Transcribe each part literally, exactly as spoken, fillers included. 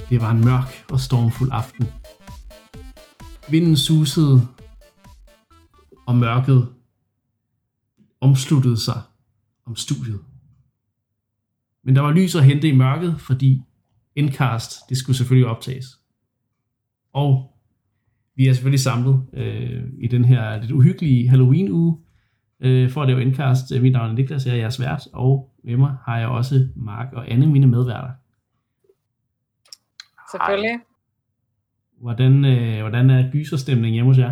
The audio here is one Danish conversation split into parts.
Det var en mørk og stormfuld aften. Vinden susede, og mørket omsluttede sig om studiet. Men der var lys at hente i mørket, fordi Endcast, det skulle selvfølgelig optages. Og vi er selvfølgelig samlet øh, i den her lidt uhyggelige Halloween-uge øh, for at lave Endcast. Mit navn er Niklas, jeg er jeres vært, og med mig har jeg også Mark og Anne, mine medværter. Selvfølgelig. Hvordan, øh, hvordan er gyserstemningen hjemme hos jer?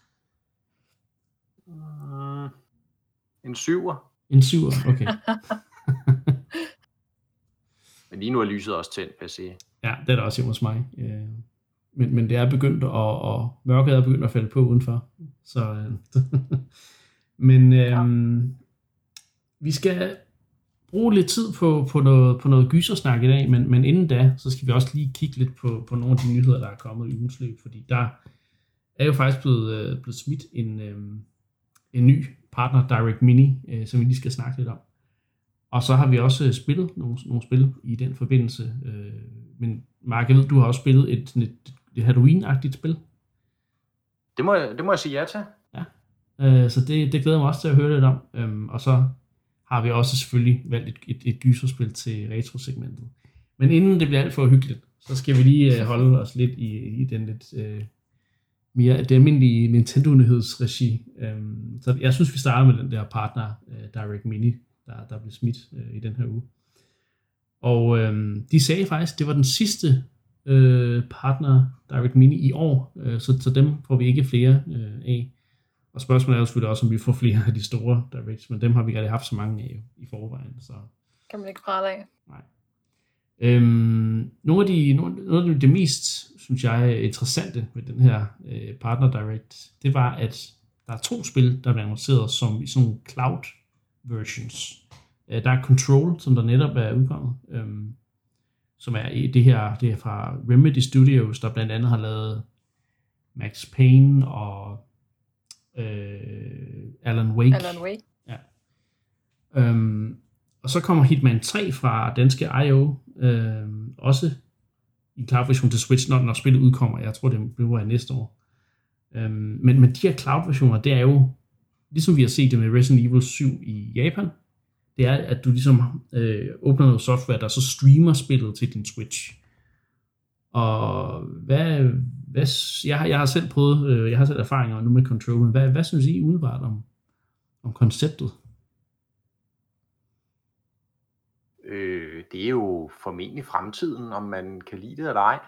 Mm, en syver. En syver, okay. Men lige nu er lyset også tændt, vil jeg sige. Ja, det er der også hjemme hos mig. Øh, men, men det er begyndt, at, og mørket er begyndt at falde på udenfor. Så, øh, men øh, ja. Vi skal bruge lidt tid på, på, noget, på noget gysersnak i dag, men, men inden da, så skal vi også lige kigge lidt på, på nogle af de nyheder, der er kommet i ugens løb, fordi der er jo faktisk blevet, blevet smidt en, øh, en ny partner, Direct Mini, øh, som vi lige skal snakke lidt om. Og så har vi også spillet nogle, nogle spil i den forbindelse. Øh, men Mark, jeg ved, du har også spillet et, et, et Halloween-agtigt spil. Det må, jeg, det må jeg sige ja til. Ja, øh, så det, det glæder mig også til at høre lidt om. Øhm, og så har vi også selvfølgelig valgt et, et, et gyserspil til retro-segmentet. Men inden det bliver alt for hyggeligt, så skal vi lige øh, holde os lidt i, i den lidt øh, mere det almindelige Nintendo-nyhedsregi. Øhm, så jeg synes, vi starter med den der partner øh, Direct Mini, der, der blev smidt øh, i den her uge. Og øh, de sagde faktisk, det var den sidste øh, partner Direct Mini i år, øh, så, så dem får vi ikke flere øh, af. Og spørgsmålet er jo selvfølgelig også, om vi får flere af de store Directs, men dem har vi ikke haft så mange af i forvejen. Så. Kan man ikke prale af. Nej. Øhm, nogle af de, noget af det mest, synes jeg, interessante med den her øh, partner Direct, det var, at der er to spil, der bliver annonceret som i sådan nogle cloud versions. Øh, der er Control, som der netop er udkommet, øhm, som er det her, det er fra Remedy Studios, der blandt andet har lavet Max Payne og øh, Alan Wake. Alan Wake. Ja. Øhm, og så kommer Hitman tre fra danske I O, øhm, også i cloud version til Switch, når, når spillet udkommer. Jeg tror, det bliver næste år. Øhm, men, men de her cloud versioner, det er jo, ligesom vi har set det med Resident Evil syv i Japan, det er, at du ligesom øh, åbner noget software, der så streamer spillet til din Switch. Og hvad, hvad jeg, har, jeg har selv prøvet, øh, jeg har selv erfaringer nu med Control, men hvad, hvad synes I umiddelbart om, om konceptet? Øh, det er jo formentlig fremtiden, om man kan lide det eller ej.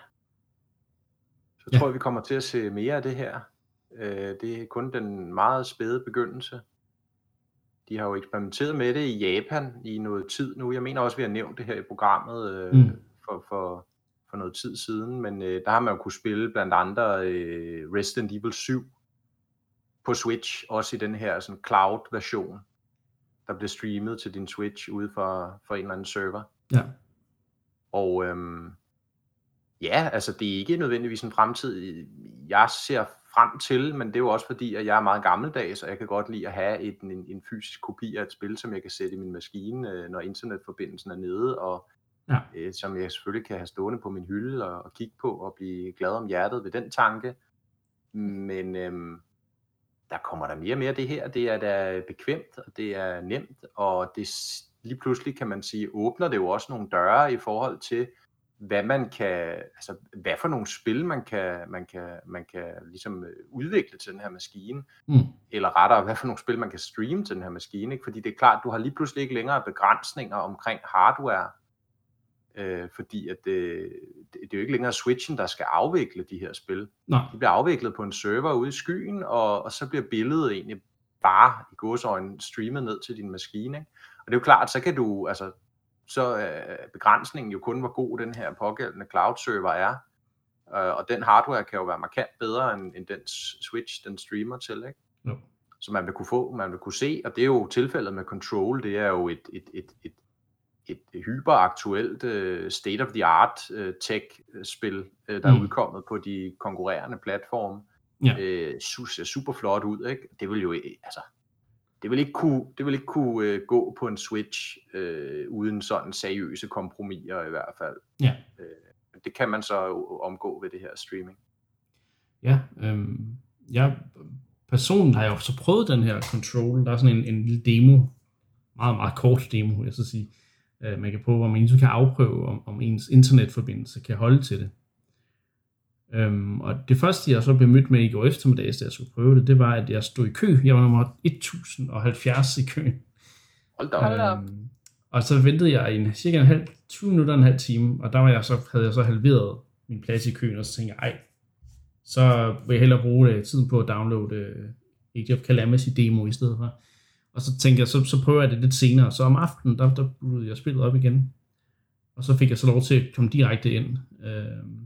Så ja. tror jeg, vi kommer til at se mere af det her. Øh, det er kun den meget spæde begyndelse. De har jo eksperimenteret med det i Japan i noget tid nu. Jeg mener også, vi har nævnt det her i programmet øh, mm. for, for, for noget tid siden. Men øh, der har man jo kunne spille blandt andre øh, Resident Evil syv på Switch. Også i den her sådan, cloud-version, der bliver streamet til din Switch ude for, for en eller anden server. Ja. Og øhm, ja, altså det er ikke nødvendigvis en fremtid, jeg ser frem til, men det er jo også fordi, at jeg er meget gammeldags, og jeg kan godt lide at have et, en, en fysisk kopi af et spil, som jeg kan sætte i min maskine, øh, når internetforbindelsen er nede, og ja. øh, som jeg selvfølgelig kan have stående på min hylde og, og kigge på og blive glad om hjertet ved den tanke. Men øhm, der kommer der mere og mere det her. Det er da bekvemt, og det er nemt, og det lige pludselig kan man sige, åbner det jo også nogle døre i forhold til, hvad man kan, altså hvad for nogle spil man kan, man kan, man kan ligesom udvikle til den her maskine, mm. eller rettere, hvad for nogle spil man kan streame til den her maskine, ikke? Fordi det er klart, du har lige pludselig ikke længere begrænsninger omkring hardware, øh, fordi at det, det, det er jo ikke længere Switchen, der skal afvikle de her spil. Nej. De bliver afviklet på en server ude i skyen, og, og så bliver billedet egentlig bare i gåseøjne streamet ned til din maskine, ikke? Og det er jo klart, så kan du, altså så øh, begrænsningen jo kun, hvor god den her pågældende cloud-server er. Øh, og den hardware kan jo være markant bedre, end, end den Switch, den streamer til, ikke? Jo. Så man vil kunne få, man vil kunne se, og det er jo tilfældet med Control, det er jo et, et, et, et, et, et hyperaktuelt uh, state-of-the-art uh, tech-spil, uh, der mm. er udkommet på de konkurrerende platforme. Ja. Uh, ser super flot ud, ikke? Det vil jo, altså, Det vil ikke kunne, det vil ikke kunne øh, gå på en Switch øh, uden sådan seriøse kompromiser i hvert fald. Ja. Øh, Det kan man så omgå ved det her streaming. Ja, øhm, jeg personligt har jeg jo så prøvet den her Control. Der er sådan en, en lille demo, meget, meget kort demo, jeg skal sige. Øh, man kan prøve, hvor man kan afprøve, om, om ens internetforbindelse kan holde til det. Øhm, og det første, jeg så blev mødt med i går eftermiddags, da jeg skulle prøve det, det var, at jeg stod i kø. Jeg var nummer et tusind og halvfjerds i køen. Hold da, hold da. Øhm, og så ventede jeg i en, cirka en halv, tyve minutter og en halv time, og der var jeg så, havde jeg så halveret min plads i køen, og så tænkte jeg, ej, så vil jeg hellere bruge uh, tiden på at downloade uh, Age of Calamity demo i stedet for. Og så tænkte jeg, så, så prøver jeg det lidt senere. Så om aftenen, der, der blev jeg spillet op igen. Og så fik jeg så lov til at komme direkte ind. Uh,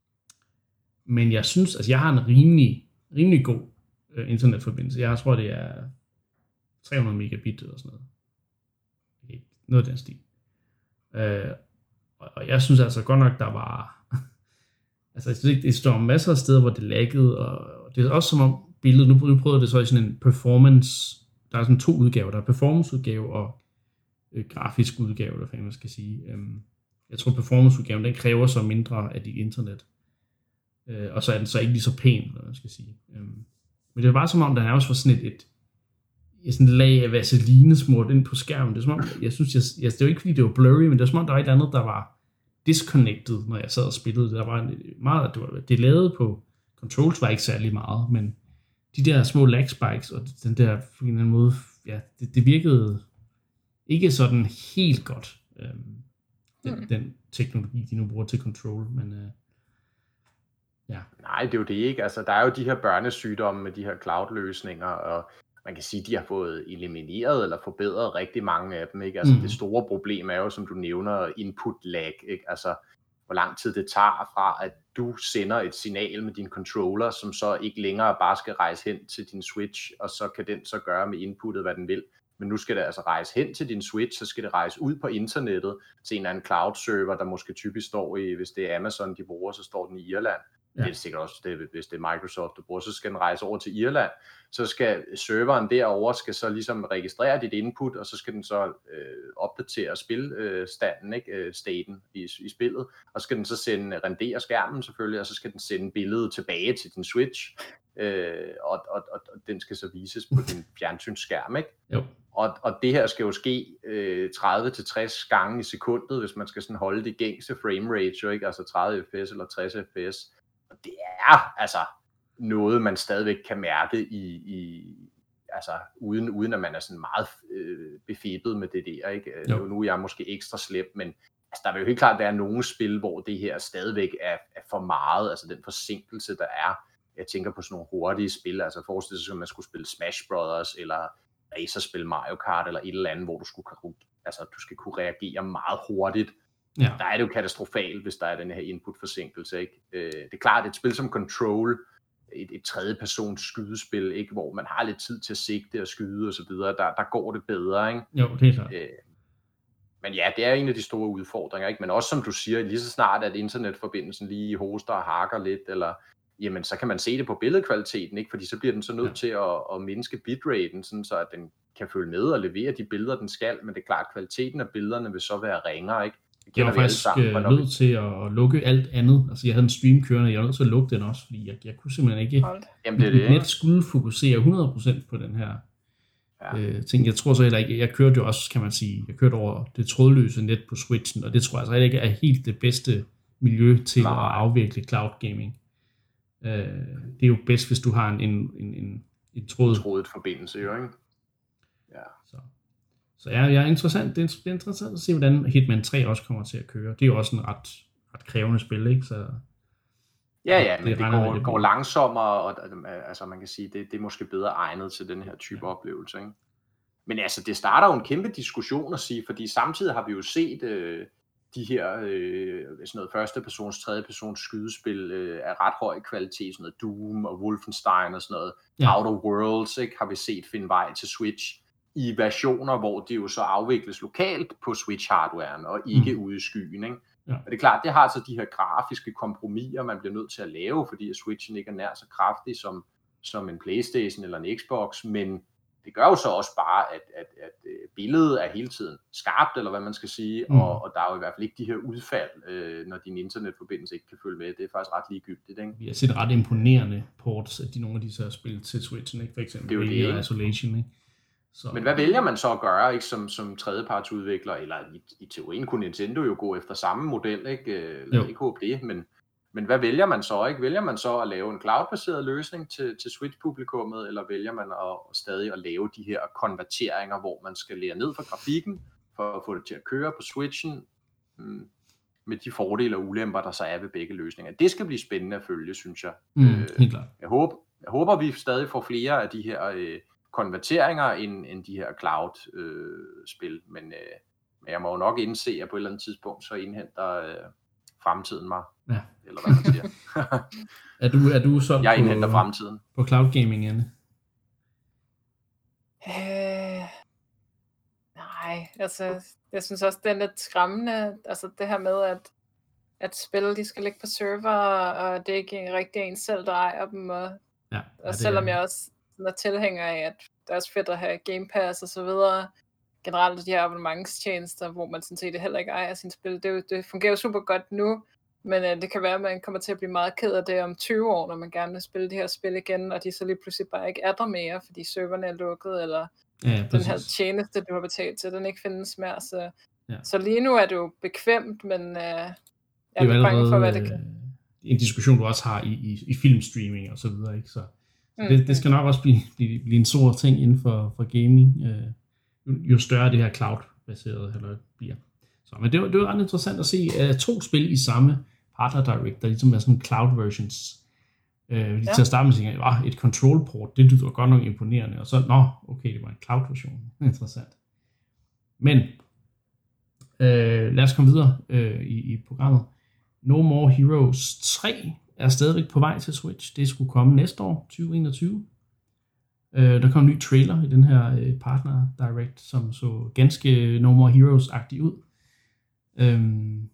men jeg synes, altså jeg har en rimelig, rimelig god uh, internetforbindelse. Jeg tror, det er tre hundrede megabit eller sådan noget. Okay, noget af den stil. Uh, og, og jeg synes altså godt nok, der var... Altså, det står masser af steder, hvor det laggede, og det er også som om billedet, nu prøvede det så i sådan en performance, der er sådan to udgaver, der er performance-udgave og øh, grafisk udgave, der man skal sige. Øhm, jeg tror, performance-udgaven, den kræver så mindre af dit internet, øh, og så er den så ikke lige så pæn, hvad man skal sige. Øhm, men det var bare som om, der er også var sådan et, et, et sådan et lag af vaseline smurt ind på skærmen. Det er som om, jeg synes, jeg, jeg, det var ikke fordi, det var blurry, men det var som om, der var et eller andet, der var disconnected, når jeg sad og spillede. Der var meget, det, var, det lavede på controls var ikke særlig meget, men de der små lag spikes, og den der på en eller anden måde, ja, det, det virkede ikke sådan helt godt, øhm, den, mm. den teknologi, de nu bruger til control, men øh, ja. Nej, det er jo det ikke. Altså, der er jo de her børnesygdomme med de her cloud-løsninger, og man kan sige, at de har fået elimineret eller forbedret rigtig mange af dem, ikke? Altså, mm. det store problem er jo, som du nævner, input lag, ikke? Altså, hvor lang tid det tager fra, at du sender et signal med din controller, som så ikke længere bare skal rejse hen til din switch, og så kan den så gøre med inputtet, hvad den vil. Men nu skal det altså rejse hen til din switch, så skal det rejse ud på internettet til en eller anden cloud-server, der måske typisk står i, hvis det er Amazon, de bruger, så står den i Irland. Ja. Det er sikkert også, det, hvis det er Microsoft, du bruger, så skal den rejse over til Irland. Så skal serveren derover skal så ligesom registrere dit input, og så skal den så øh, opdatere spilstanden, ikke, øh, staten i, i spillet. Og så skal den så sende, rendere skærmen selvfølgelig, og så skal den sende billedet tilbage til din Switch. Øh, og, og, og, og den skal så vises på din fjernsynsskærm, ikke? Jo. Og, og det her skal jo ske øh, tredive til tres gange i sekundet, hvis man skal sådan holde det gængse frame ratio, ikke? Altså tredive F P S eller tres F P S. Og det er altså noget, man stadigvæk kan mærke i, i altså uden, uden at man er sådan meget øh, befebet med det der, ikke? Nu, nu er jeg måske ekstra slem, men altså, der vil jo helt klart være nogle spil, hvor det her stadigvæk er, er for meget, altså den forsinkelse, der er. Jeg tænker på sådan nogle hurtige spil, altså forestil sig, at man skulle spille Smash Brothers, eller racerspil Mario Kart, eller et eller andet, hvor du skulle altså, du skal kunne reagere meget hurtigt. Ja. Der er det jo katastrofalt, hvis der er den her input-forsinkelse, ikke? Øh, det er klart, at et spil som Control, et, et tredjepersons skydespil, ikke? Hvor man har lidt tid til at sigte og skyde og så videre, der, der går det bedre, ikke? Jo, det er klart. Øh, men ja, det er en af de store udfordringer, ikke? Men også som du siger, lige så snart at internetforbindelsen lige hoster og hakker lidt, eller jamen så kan man se det på billedkvaliteten, ikke? Fordi så bliver den så nødt ja. til at, at mindske bitraten, sådan så at den kan følge med og levere de billeder, den skal, men det er klart, at kvaliteten af billederne vil så være ringere, ikke? Jeg var faktisk sammen, nødt til at lukke alt andet. Altså jeg havde en stream kørende, jeg var nødt til at lukke den også, fordi jeg, jeg kunne simpelthen ikke... Jamen, det er det, net skulle fokusere hundrede procent på den her ja. øh, ting. Jeg tror så heller ikke... Jeg kørte jo også, kan man sige, jeg kørte over det trådløse net på Switchen, og det tror jeg så heller ikke er helt det bedste miljø til Nej. at afvikle cloud gaming. Øh, det er jo bedst, hvis du har en, en, en, en, en tråd... trådet forbindelse, jo, ikke? Ja. Så. Så ja, ja, interessant. Det er interessant at se, hvordan Hitman tre også kommer til at køre. Det er jo også en ret, ret krævende spil, ikke? Så, ja, ja, men det, det går, det går langsommere, og altså, man kan sige, det, det er måske bedre egnet til den her type ja. oplevelse, ikke? Men altså, det starter jo en kæmpe diskussion at sige, fordi samtidig har vi jo set øh, de her øh, sådan noget førstepersons, tredjepersons skydespil øh, af ret høj kvalitet, sådan noget Doom og Wolfenstein og sådan noget. Ja. Outer Worlds, ikke, har vi set finde vej til Switch i versioner, hvor det jo så afvikles lokalt på Switch-hardwaren og ikke mm. ude i skyen, ikke? Ja. Og det er klart, det har altså de her grafiske kompromiser, man bliver nødt til at lave, fordi Switchen ikke er nær så kraftig som, som en PlayStation eller en Xbox, men det gør jo så også bare, at, at, at billedet er hele tiden skarpt, eller hvad man skal sige, Mm. og, og der er jo i hvert fald ikke de her udfald, øh, når din internetforbindelse ikke kan følge med. Det er faktisk ret ligegyldigt, ikke? Vi har set ret imponerende ports af de nogle af de så spil til Switchen, ikke? For eksempel Det er jo det, ikke? Isolation, ikke? Så. Men hvad vælger man så at gøre, ikke, som, som tredjepartsudvikler, eller i, i teorien kunne Nintendo jo gå efter samme model, ikke? Lad ikke håbe det, men, men hvad vælger man så, ikke? Vælger man så at lave en cloud-baseret løsning til, til Switch-publikummet, eller vælger man at, stadig at lave de her konverteringer, hvor man skal lære ned fra grafikken, for at få det til at køre på Switchen, mm, med de fordele og ulemper, der så er ved begge løsninger. Det skal blive spændende at følge, synes jeg. Mm, helt klart. Jeg håber, jeg håber, vi stadig får flere af de her øh, konverteringer end, end de her cloud-spil, øh, men, øh, men jeg må jo nok indse, at på et eller andet tidspunkt, så indhenter øh, fremtiden mig. Ja. Eller hvad man siger. er du, er du så jeg indhenter på, fremtiden. På cloud gaming, Anne? Øh, nej, altså, jeg synes også, det er lidt skræmmende, altså det her med, at, at spil, de skal ligge på server, og det er ikke rigtig en selv, der ejer dem, og, ja, og selvom jeg også er tilhænger af, at det er også fedt at have Game Pass og så videre, generelt de her abonnementstjenester, hvor man sådan set heller ikke ejer sin spil, det, det fungerer jo super godt nu, men uh, det kan være, at man kommer til at blive meget ked af det om tyve år, når man gerne vil spille de her spil igen, og de så lige pludselig bare ikke er der mere, fordi serverne er lukket, eller ja, den her tjeneste, du har betalt til, den ikke findes mere. Så, ja. Så lige nu er det jo bekvemt, men uh, jeg er, er lidt bange for, hvad det kan. En diskussion, du også har i, i, i filmstreaming og så videre, ikke? Så, så mm, det, det skal nok også blive, blive, blive en stor ting inden for, for gaming, uh, jo, jo større det her cloud-baserede eller bliver. Så, men det var, det var ret interessant at se uh, to spil i samme Partner Direct, der ligesom er sådan cloud versions. Øh, ja. Til at starte med at sige, at et control port, det lyder godt nok imponerende, og så, nå, okay, det var en cloud version. Interessant. Men, øh, lad os komme videre øh, i, i programmet. No More Heroes tre er stadigvæk på vej til Switch. Det skulle komme næste år, tyve enogtyve. Øh, der kom en ny trailer i den her øh, Partner Direct, som så ganske No More Heroes-agtig ud. Øhm,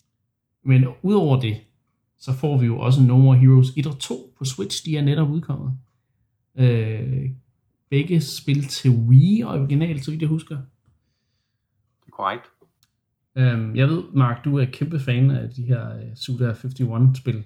Men udover det, så får vi jo også No More Heroes et og to på Switch. De er netop udkommet. Øh, begge spil til Wii originalt, så vidt jeg husker. Det er korrekt. Øh, jeg ved, Mark, du er kæmpe fan af de her uh, Suda enoghalvfems-spil.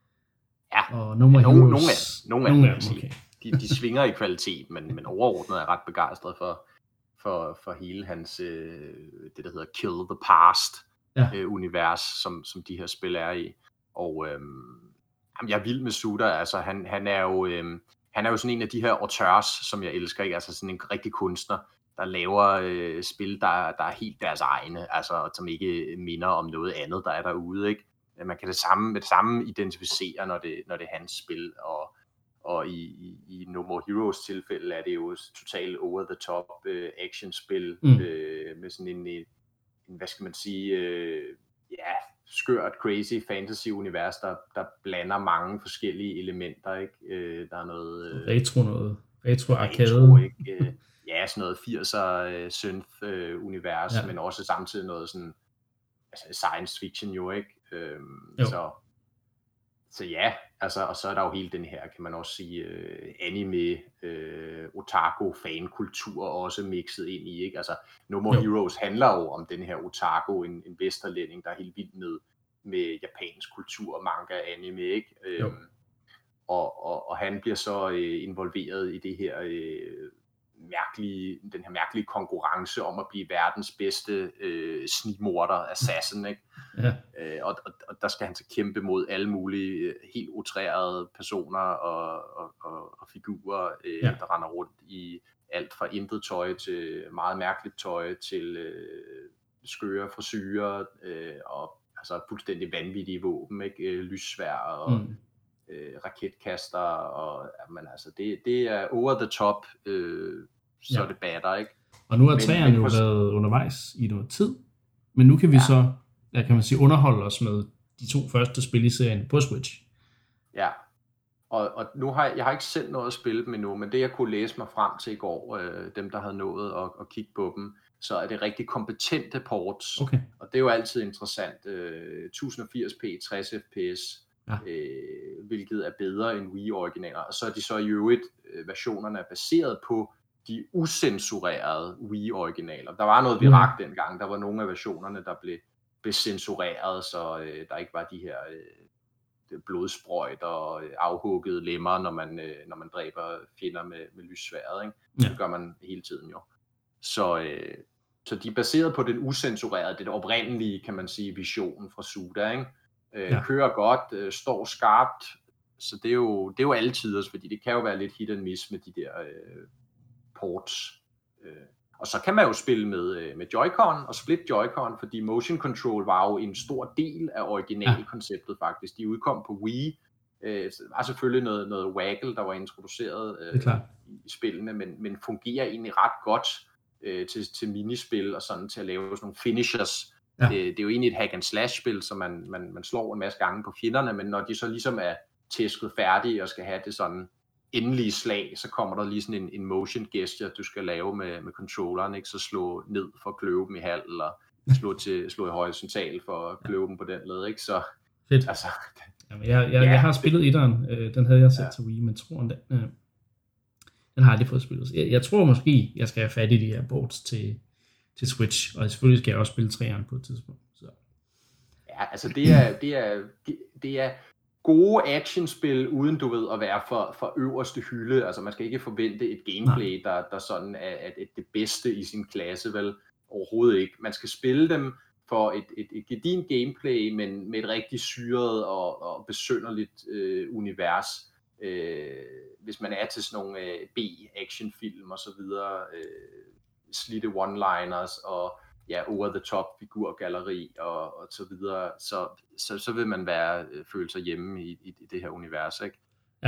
Ja, og No More ja, Heroes. Nogle af dem, nogle nogle af af dem okay. de, de svinger i kvalitet, men, men overordnet er jeg ret begejstret for, for, for hele hans, øh, det der hedder Kill the Past. Ja. Øh, univers, som, som de her spil er i. Og øhm, jamen, jeg er vild med Suda. Altså, han, han, er jo, øhm, han er jo sådan en af de her auteurs, som jeg elsker. Ikke? Altså sådan en rigtig kunstner, der laver øh, spil, der, der er helt deres egne, altså, som ikke minder om noget andet, der er derude. Ikke? Man kan det samme, med det samme identificere, når det, når det er hans spil. Og, og i, i, i No More Heroes tilfælde er det jo totalt over-the-top øh, actionspil mm. øh, med sådan en... en hvad skal man sige, øh, ja, skørt, crazy fantasy-univers, der, der blander mange forskellige elementer, ikke? Øh, der er noget... Øh, retro noget. Retro-arcade. Retro, ikke? Øh, ja, sådan noget firser øh, synth-univers, øh, ja. Men også samtidig noget sådan, altså science fiction jo, ikke? Øh, jo. Så, så ja, altså, og så er der jo hele den her, kan man også sige, øh, anime, øh, otaku, fankultur også mixet ind i, ikke? Altså, No More jo. Heroes handler jo om den her otaku, en, en vesterlænding, der er helt vild med, med japansk kultur, manga, anime, ikke? Øh, og, og, og han bliver så øh, involveret i det her øh, mærkelige, den her mærkelige konkurrence om at blive verdens bedste øh, snigmorder, assassin, ikke? Ja. Øh, og, og, og der skal han så kæmpe mod alle mulige helt outrerede personer og, og, og, og figurer, øh, ja. Der render rundt i alt fra intet tøj til meget mærkeligt tøj til øh, skøre frisyrer øh, og altså fuldstændig vanvittige våben, ikke? Øh, lyssværd og mm. øh, raketkaster og men altså det, det er over the top, øh, så ja. Det batter, ikke? Og nu har træerne jo på... været undervejs i noget tid, men nu kan vi ja. så, ja, kan man sige, underholde os med de to første spil i serien på Switch. Ja, og, og nu har jeg, jeg har ikke selv noget at spille dem endnu, men det jeg kunne læse mig frem til i går, øh, dem der havde nået at, at kigge på dem, så er det rigtig kompetente ports, okay. Og det er jo altid interessant, øh, tusind og firs p, tres f p s, ja. øh, hvilket er bedre end Wii-originaler, og så er de så i øvrigt, øh, versionerne er baseret på de usensurerede Wii-originaler. Der var noget virak mm. dengang. Der var nogle af versionerne, der blev, blev censureret, så øh, der ikke var de her øh, blodsprøjt og afhuggede lemmer, når man, øh, når man dræber fjender med, med lyssværdet. Ikke? Ja. Det gør man hele tiden jo. Så, øh, så de er baseret på den usensurerede, det oprindelige, kan man sige, visionen fra Suda. Ikke? Øh, ja. Kører godt, øh, står skarpt, så det er jo, det er jo altid, fordi det kan jo være lidt hit and miss med de der øh, ports. Øh. Og så kan man jo spille med, øh, med Joy-Con og split Joy-Con, fordi motion control var jo en stor del af originalkonceptet ja. faktisk. De udkom på Wii. Øh, der var selvfølgelig noget, noget waggle, der var introduceret øh, i spillene, men, men fungerer egentlig ret godt øh, til, til minispil og sådan til at lave sådan nogle finishers. Ja. Det, det er jo egentlig et hack and slash spil, så man, man, man slår en masse gange på fjenderne, men når de så ligesom er tæsket færdige og skal have det sådan endelige slag, så kommer der lige sådan en, en motion gesture, du skal lave med, med controlleren, ikke? Så slå ned for at kløve dem i halv, eller slå, til, slå i horisontal for at kløve dem på den led, ikke? Så, fedt. Altså, Jamen, jeg, jeg, ja, jeg har spillet etteren, øh, den havde jeg set ja. til Wii, men tror den, øh, den har jeg aldrig fået spillet. Jeg, jeg tror måske, jeg skal have fat i de her boards til, til Switch, og selvfølgelig skal jeg også spille treeren på et tidspunkt. Så. Ja, altså det er, det er, det, det er gode actionspil, uden du ved at være for, for øverste hylde. Altså man skal ikke forvente et gameplay, der, der sådan er, er det bedste i sin klasse, vel? Overhovedet ikke. Man skal spille dem for et, et, et gedint gameplay, men med et rigtig syret og, og besynderligt øh, univers. Øh, hvis man er til sådan nogle øh, B-actionfilm og så videre, øh, slidte one-liners og ja, over-the-top figurgalleri og, og så videre, så, så, så vil man være, føle sig hjemme i, i, i det her univers, ikke? Ja.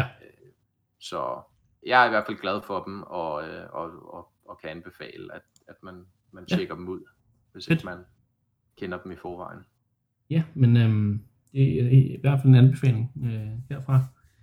Så jeg er i hvert fald glad for dem, og, og, og, og kan anbefale, at, at man, man tjekker ja. dem ud, hvis ikke man kender dem i forvejen. Ja, men øhm, det er i hvert fald en anbefaling øh, herfra.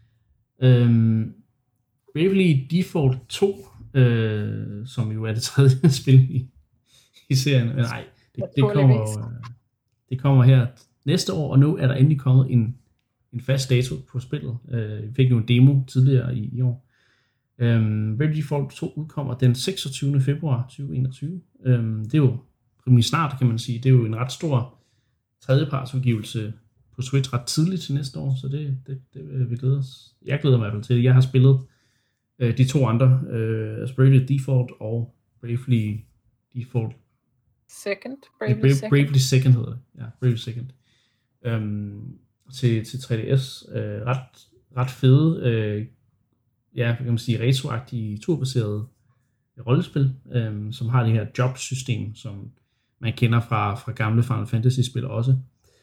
Øhm, Bravely Default to, øh, som jo er det tredje spil i i serien, men nej, det, det, kommer, det kommer her næste år, og nu er der endelig kommet en, en fast dato på spillet. Uh, vi fik jo en demo tidligere i, i år. Um, Bravely Default to udkommer den seksogtyvende februar tyve enogtyve. Um, det er jo rimelig snart, kan man sige. Det er jo en ret stor tredjepartsudgivelse på Switch ret tidligt til næste år, så det, det, det vi glæder os. Jeg glæder mig i hvert fald til det. Jeg har spillet uh, de to andre, uh, Bravely Default og Bravely Default Second, Bravely, ja, Bra- Second. Bravely Second hedder det. Ja, Bravely Second. Um, til, til tre D S. Uh, ret, ret fede, uh, ja, kan man sige, retroagtige, turbaserede rollespil, um, som har det her jobsystem, som man kender fra, fra gamle Final Fantasy-spil også.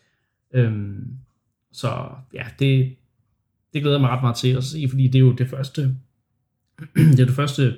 Um, så ja, det, det glæder jeg mig ret meget til at se, fordi det er jo det første, det er det første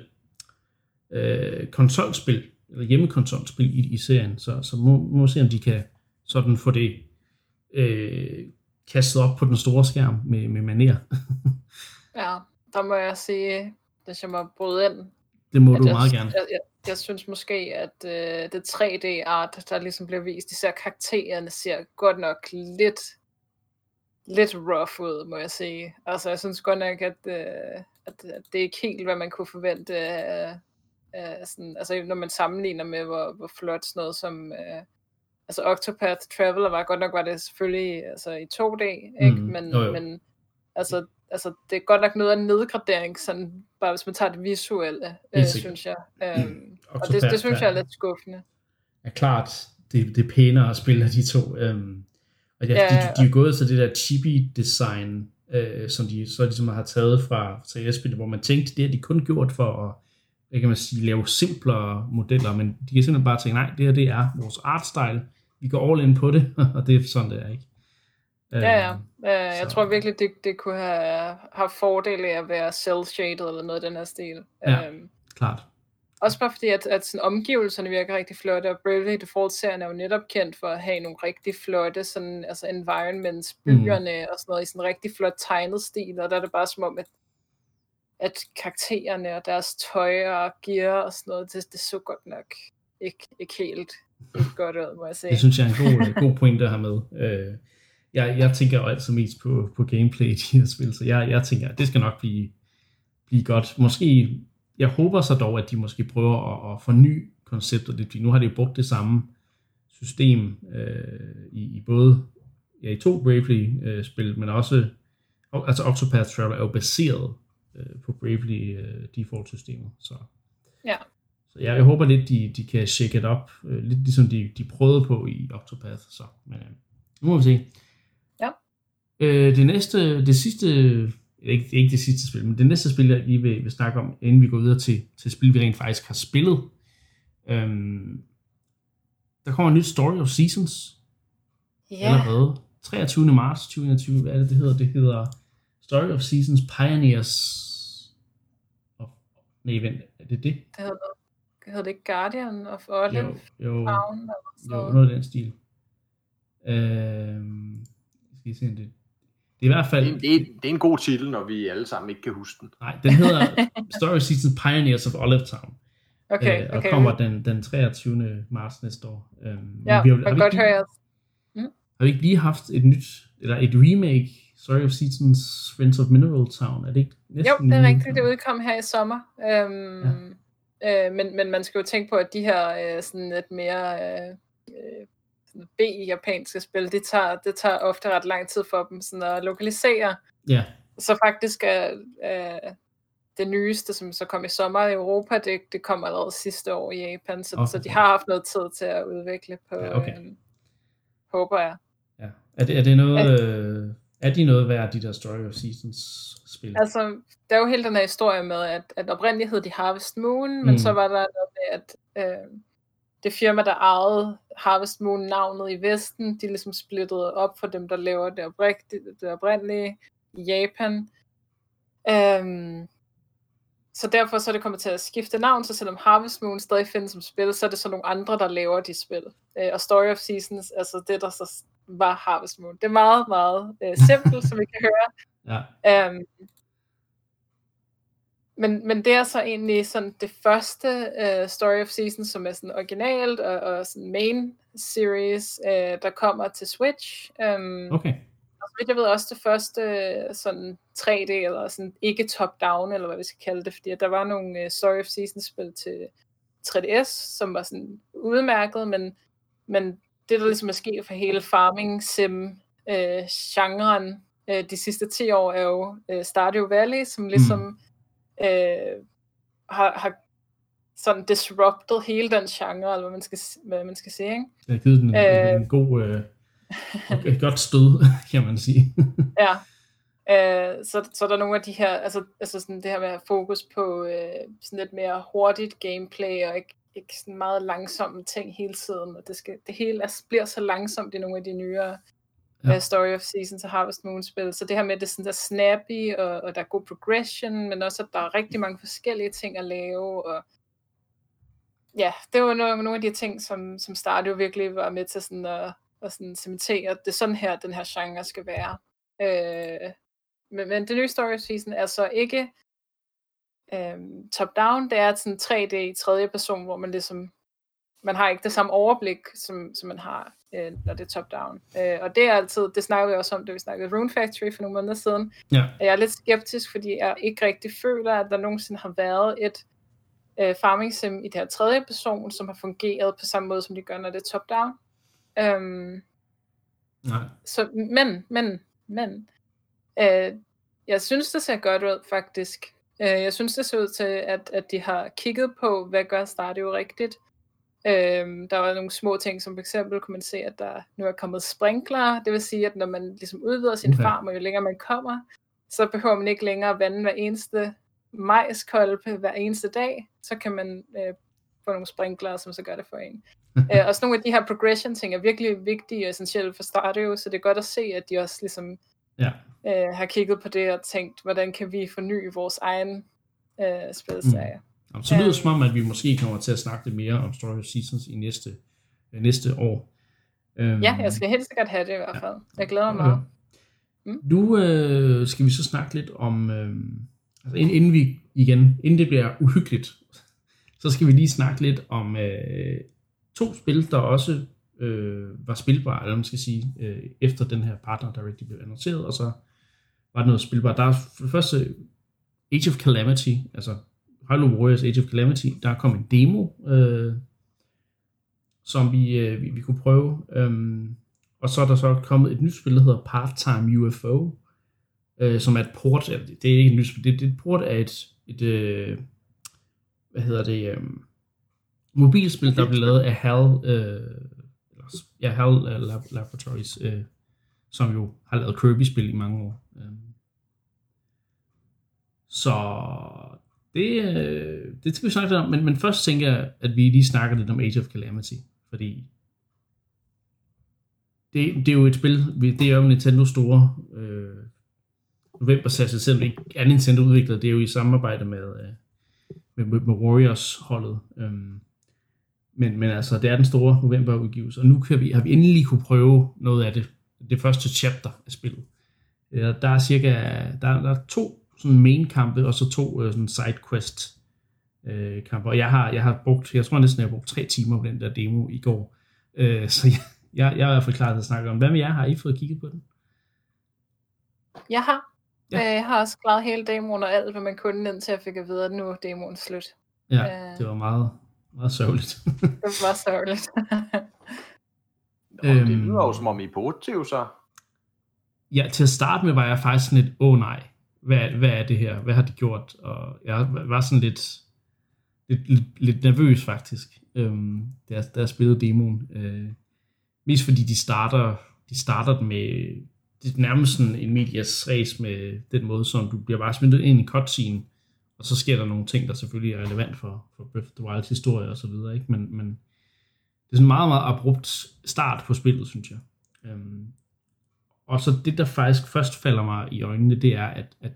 uh, konsolspil, eller hjemmekonsolspil i, i serien, så, så må, må se, om de kan sådan få det øh, kastet op på den store skærm med, med manér. Ja, der må jeg sige, hvis jeg må bryde ind. Det må du jeg, meget gerne. Jeg, jeg, jeg synes måske, at øh, det tre D-art, der ligesom bliver vist, især karaktererne ser godt nok lidt, lidt rough ud, må jeg sige. Altså, jeg synes godt nok, at, øh, at, at det er ikke helt, hvad man kunne forvente af Uh, sådan, altså når man sammenligner med hvor, hvor flot sådan noget som uh, altså Octopath Traveler var, godt nok var det selvfølgelig altså i to D, ikke? Mm, men, jo, jo. men altså, altså det er godt nok noget af en nedgradering, sådan bare hvis man tager det visuelle, uh, synes jeg. Um, og det, det synes jeg er lidt skuffende. Ja, klart, det, det er pænere at spille af de to. Um, og ja, ja, de, de, de er gået til det der chibi design, uh, som de så ligesom har taget fra tre D S-spillet, hvor man tænkte, det har de kun gjort for at det kan man sige, lave simplere modeller, men de kan simpelthen bare tænke, nej, det her det er vores artstyle, vi går all in på det, og det er sådan, det er, ikke? Ja, ja. Uh, jeg så. tror virkelig, det, det kunne have haft fordele af at være cel-shaded eller noget af den her stil. Ja, um, klart. Også bare fordi, at, at sådan, omgivelserne virker rigtig flotte, og Bravely Default-serien er jo netop kendt for at have nogle rigtig flotte sådan, altså environments, byerne mm. og sådan noget, i sådan en rigtig flot tegnet stil, og der er det bare som om, at at karaktererne og deres tøj og gear og sådan noget, det, det så godt nok ikke, ikke helt ikke godt ud, må jeg sige. Det synes jeg er en god, god pointe at have med. Uh, jeg, jeg tænker jo altid mest på, på gameplay i de her spil, så jeg, jeg tænker, at det skal nok blive, blive godt. Måske jeg håber så dog, at de måske prøver at, at forny konceptet lidt, fordi nu har de jo brugt det samme system øh, i, i både ja, i to Bravely-spil, øh, men også altså Octopath Traveler er jo baseret øh, på Bravely øh, default-systemet, så ja. Så ja, jeg håber lidt, de, de kan shake it up, øh, lidt ligesom de, de prøvede på i Octopath, så men øh, nu må vi se. Ja. Øh, det næste, det sidste, ikke, ikke det sidste spil, men det næste spil, jeg lige vil, vil snakke om, inden vi går videre til, til spil, vi rent faktisk har spillet. Øhm, der kommer en nyt Story of Seasons. Ja. Allerede. treogtyvende marts tyve enogtyve, hvad er det, det hedder? Det hedder Story of Seasons Pioneers of... Nej, vent, er det det? Det hedder, det hedder det ikke Guardian of Olive Jo, jo, Town? jo, noget af den stil. Øhm, skal I se, det, det er i hvert fald... Det, det, det er en god titel, når vi alle sammen ikke kan huske den. Nej, den hedder Story of Seasons Pioneers of Olive Town. Okay, øh, og okay. kommer den, den treogtyvende marts næste år. Øhm, ja, vi har, man godt høre. Mm. Har vi ikke lige haft et nyt, eller et remake, Story of Seasons Friends of Mineral Town? Er det ikke næsten... Jo, det er rigtigt, det udkom her i sommer. Øhm, ja. øh, men, men man skal jo tænke på, at de her øh, sådan lidt mere øh, sådan B-japanske spil, det tager, det tager ofte ret lang tid for dem sådan at lokalisere. Ja. Så faktisk er øh, det nyeste, som så kom i sommer i Europa, det, det kom allerede sidste år i Japan, så, okay. så de har haft noget tid til at udvikle på, ja, okay. øh, håber jeg. Ja. Er, det, er det noget, øh, er de noget værd, de der Story of Seasons spil? Altså, der er jo hele den her historie med, at, at oprindeligt hed de Harvest Moon, men mm. så var der noget med, at øh, det firma, der ejede Harvest Moon-navnet i Vesten, de ligesom splittede op for dem, der laver det, oprigtigt, det oprindelige i Japan. Øhm, så derfor så er det kommet til at skifte navn, så selvom Harvest Moon stadig findes som spil, så er det så nogle andre, der laver de spil. Øh, og Story of Seasons, altså det, der så var Harvest Moon. Det er meget, meget øh, simpelt, som vi kan høre. Ja. Øhm, men, men det er så egentlig sådan det første uh, Story of Seasons, som er sådan originalt og, og sådan main series, uh, der kommer til Switch. Um, okay. Og så vidt jeg ved også det første uh, sådan tre D, eller sådan ikke top-down, eller hvad vi skal kalde det, fordi der var nogle uh, Story of Seasons spil til tre D S, som var sådan udmærket, men, men det der ligesom er sket for hele farming sim uh, genren uh, de sidste ti år, er jo uh, Stardew Valley, som ligesom mm. Øh, har, har sådan disrupted hele den genre, eller hvad man skal, hvad man skal sige, ikke? Det har givet den en, øh, en god, øh, et godt stød, kan man sige. Ja, øh, så, så der er nogle af de her, altså, altså sådan det her med at fokus på øh, sådan lidt mere hurtigt gameplay, og ikke, ikke sådan meget langsomme ting hele tiden, og det, skal, det hele er, bliver så langsomt i nogle af de nyere ja. Story of Seasons og Harvest Moon spil, så det her med, det sådan der snappy, og, og der er god progression, men også, at der er rigtig mange forskellige ting at lave, og ja, det var nogle, nogle af de ting, som, som Stardew virkelig var med til sådan at, at sådan cementere, at det er sådan her, den her genre skal være. Øh, men, men det nye Story of Seasons er så ikke øh, top-down, det er sådan tre D tredje person, hvor man ligesom man har ikke det samme overblik, som, som man har, øh, når det er top-down. Øh, og det er altid, det snakker vi også om, da vi snakkede Rune Factory for nogle måneder siden. Ja. Jeg er lidt skeptisk, fordi jeg ikke rigtig føler, at der nogensinde har været et øh, farming sim i det her tredje person, som har fungeret på samme måde, som de gør, når det er top-down. Øhm, Nej. Så, men, men, men, øh, jeg synes, det ser godt ud, faktisk. Øh, jeg synes, det ser ud til, at, at de har kigget på, hvad gør Stardew rigtigt. Øhm, der var nogle små ting, som for eksempel kunne man se, at der nu er kommet sprinkler. Det vil sige, at når man ligesom udvider sin okay. farm, og jo længere man kommer, så behøver man ikke længere vande hver eneste majskolbe hver eneste dag. Så kan man øh, få nogle sprinkler, som så gør det for en. øh, og så nogle af de her progression ting er virkelig vigtige og essentielle for Stardew, så det er godt at se, at de også ligesom ja. øh, har kigget på det og tænkt, hvordan kan vi forny vores egen øh, spilserie. Mm. Så lyder det som om, at vi måske kommer til at snakke lidt mere om Story of Seasons i næste, næste år. Ja, jeg skal helt sikkert have det i hvert fald. Jeg glæder mig meget. Mm. Nu øh, skal vi så snakke lidt om, øh, altså inden vi igen, inden det bliver uhyggeligt, så skal vi lige snakke lidt om øh, to spil, der også øh, var spilbare, eller man skal sige, øh, efter den her Partner Direct blev annonceret, og så var der noget spilbart. Der er for det første Age of Calamity, altså Hyrule Warriors Age of Calamity, der kom en demo, øh, som vi, øh, vi, vi kunne prøve. Um, og så er der så kommet et nyt spil, der hedder Part-Time U F O, øh, som er et port, det er ikke et nyt spil, det er et port af et, et øh, hvad hedder det, øh, mobilspil, der blev lavet af HAL, øh, ja, HAL Laboratories, øh, som jo har lavet Kirby-spil i mange år. Øh. Så det, øh, det skal vi snakke lidt om, men, men først tænker jeg, at vi lige snakker lidt om Age of Calamity, fordi det, det er jo et spil, det er jo Nintendo store øh, november-satset, selvom det ikke er Nintendo udviklet, det er jo i samarbejde med, øh, med, med Warriors-holdet. Øhm, men, men altså, det er den store november-udgivelse, og nu kan vi, har vi endelig kunne prøve noget af det, det første chapter af spillet. Der, der er cirka, der, der er to sådan main-kampe, og så to øh, sådan side-quest øh, kampe, og jeg har, jeg har brugt, jeg tror næsten, jeg har brugt tre timer på den der demo i går, øh, så jeg, jeg, jeg er i hvert fald klar til at snakke om. Hvad med jer? Har I fået kigget på den? Jeg har. Ja. Jeg har også klaret hele demoen og alt, hvad man kunne, indtil jeg fik at vide, at nu er demoen slut. Ja, Øh, det var meget, meget sørgeligt. det var sørgeligt. Og det lyder jo som om I er positive, så. Ja, til at starte med var jeg faktisk sådan lidt, åh oh, nej, hvad, hvad er det her? Hvad har de gjort? Og jeg var sådan lidt, lidt, lidt, lidt nervøs faktisk, øhm, da, jeg, da jeg spillede demoen. Øh, mest fordi de starter, de starter den med, det er nærmest sådan en medias res med den måde, som du bliver bare smidt ind i en cutscene, og så sker der nogle ting, der selvfølgelig er relevant for, for Breath of the Wild's historie og så videre, ikke? Men, men det er sådan en meget, meget abrupt start på spillet, synes jeg. Øhm, og så det, der faktisk først falder mig i øjnene, det er, at, at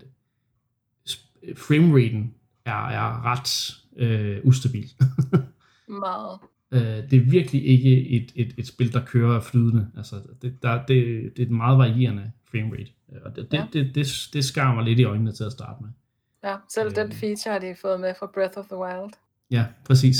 frameraten er, er ret øh, ustabil. Meget. Øh, det er virkelig ikke et, et, et spil, der kører flydende. Altså, det, der, det, det er et meget varierende framerate. Og det, Ja. det, det, det, det skar mig lidt i øjnene til at starte med. Ja, selv Øh. den feature har de fået med fra Breath of the Wild. Ja, præcis.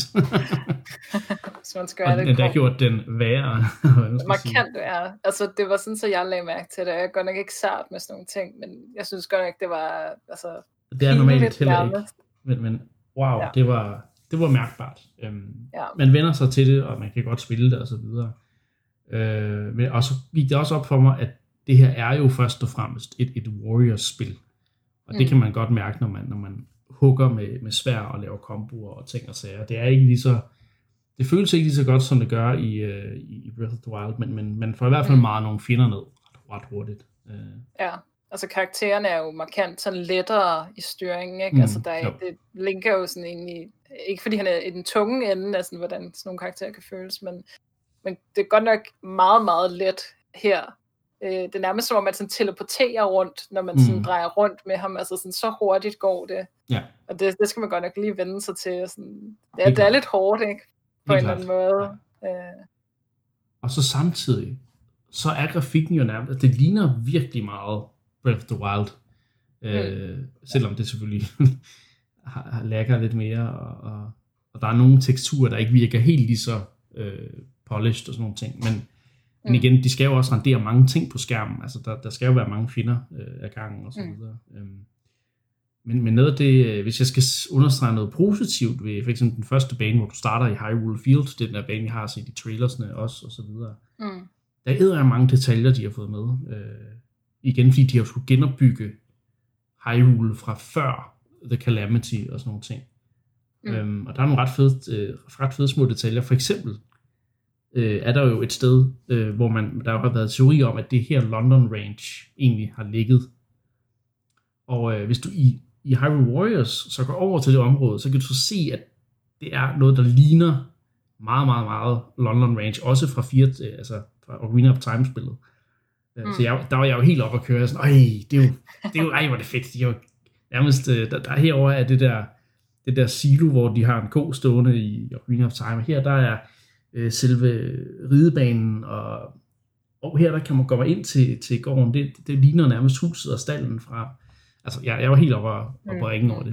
Så man skal Og være den lidt der kort. gjort den værre. Markant værre. Altså, det var sådan, så jeg lagde mærke til det. Jeg er godt nok ikke sart med sådan nogle ting, men jeg synes godt nok, det var altså, Det er normalt pinligt heller ikke. nærmest. Men, men wow, Ja. det var det var mærkbart. Øhm, Ja. Man vender sig til det, og man kan godt spille det og så videre. Øh, men og så gik det også op for mig, at det her er jo først og fremmest et, et Warriors-spil. Og det Mm. kan man godt mærke, når man, når man hugger med, med svær og laver komboer og ting og sager. Det er ikke lige så, det føles ikke lige så godt, som det gør i, uh, i Breath of the Wild, men, men man får i hvert fald Mm. meget nogle fjender ned ret, ret hurtigt. Uh, Ja, altså karaktererne er jo markant sådan lettere i styringen, ikke? Mm, Altså der er, jo. det linker jo sådan ind i, ikke fordi han er i den tunge ende af sådan, hvordan sådan nogle karakterer kan føles, men, men det er godt nok meget, meget let her. Øh, det er nærmest som om, man sådan teleporterer rundt, når man sådan Mm. drejer rundt med ham, altså sådan så hurtigt går det. ja, Og det, det skal man godt nok lige vende sig til. Sådan, det, Det er er, det er klart. lidt hårdt, ikke? På Helt en eller anden måde. Øh, og så samtidig, så er grafikken jo nærmest, altså det ligner virkelig meget Breath of the Wild. Øh, selvom det selvfølgelig har, har lækker lidt mere, og, og, og der er nogle teksturer, der ikke virker helt lige så øh, polished og sådan nogle ting. Men, men igen, de skal jo også rendere mange ting på skærmen. Altså der, der skal jo være mange fjender øh, af gangen og så Mm. videre. Øhm, men, men noget af det, øh, hvis jeg skal s- understrege noget positivt ved for eksempel den første bane, hvor du starter i Hyrule Field, den der bane, vi har set i trailersne også, og så videre. mm, Der er mange detaljer, de har fået med. Øh, igen, fordi de har skulle genopbygge Hyrule fra før The Calamity og sådan nogle ting. Mm. Mm. Øhm, og der er nogle ret fede, øh, ret fede små detaljer. For eksempel øh, er der jo et sted, øh, hvor man, der jo har været teori om, at det her London Range egentlig har ligget. Og øh, hvis du i, i Hyrule Warriors så går over til det område, så kan du så se, at det er noget, der ligner meget, meget, meget London Range, også fra, fire, øh, altså fra Ocarina of Time-spillet. Øh, Mm. Så jeg, der var jeg jo helt op at køre, sådan, øj, det er jo, det er jo, ej, hvor er det fedt. De er jo nærmest, øh, der, der herovre er det der, det der silo, hvor de har en ko stående i Ocarina of Time, og her der er øh, selve ridebanen, og, og her der kan man gå ind til, til gården, det, det ligner nærmest huset og stallen fra, altså jeg, jeg var helt oppe op Mm. at ringe over det.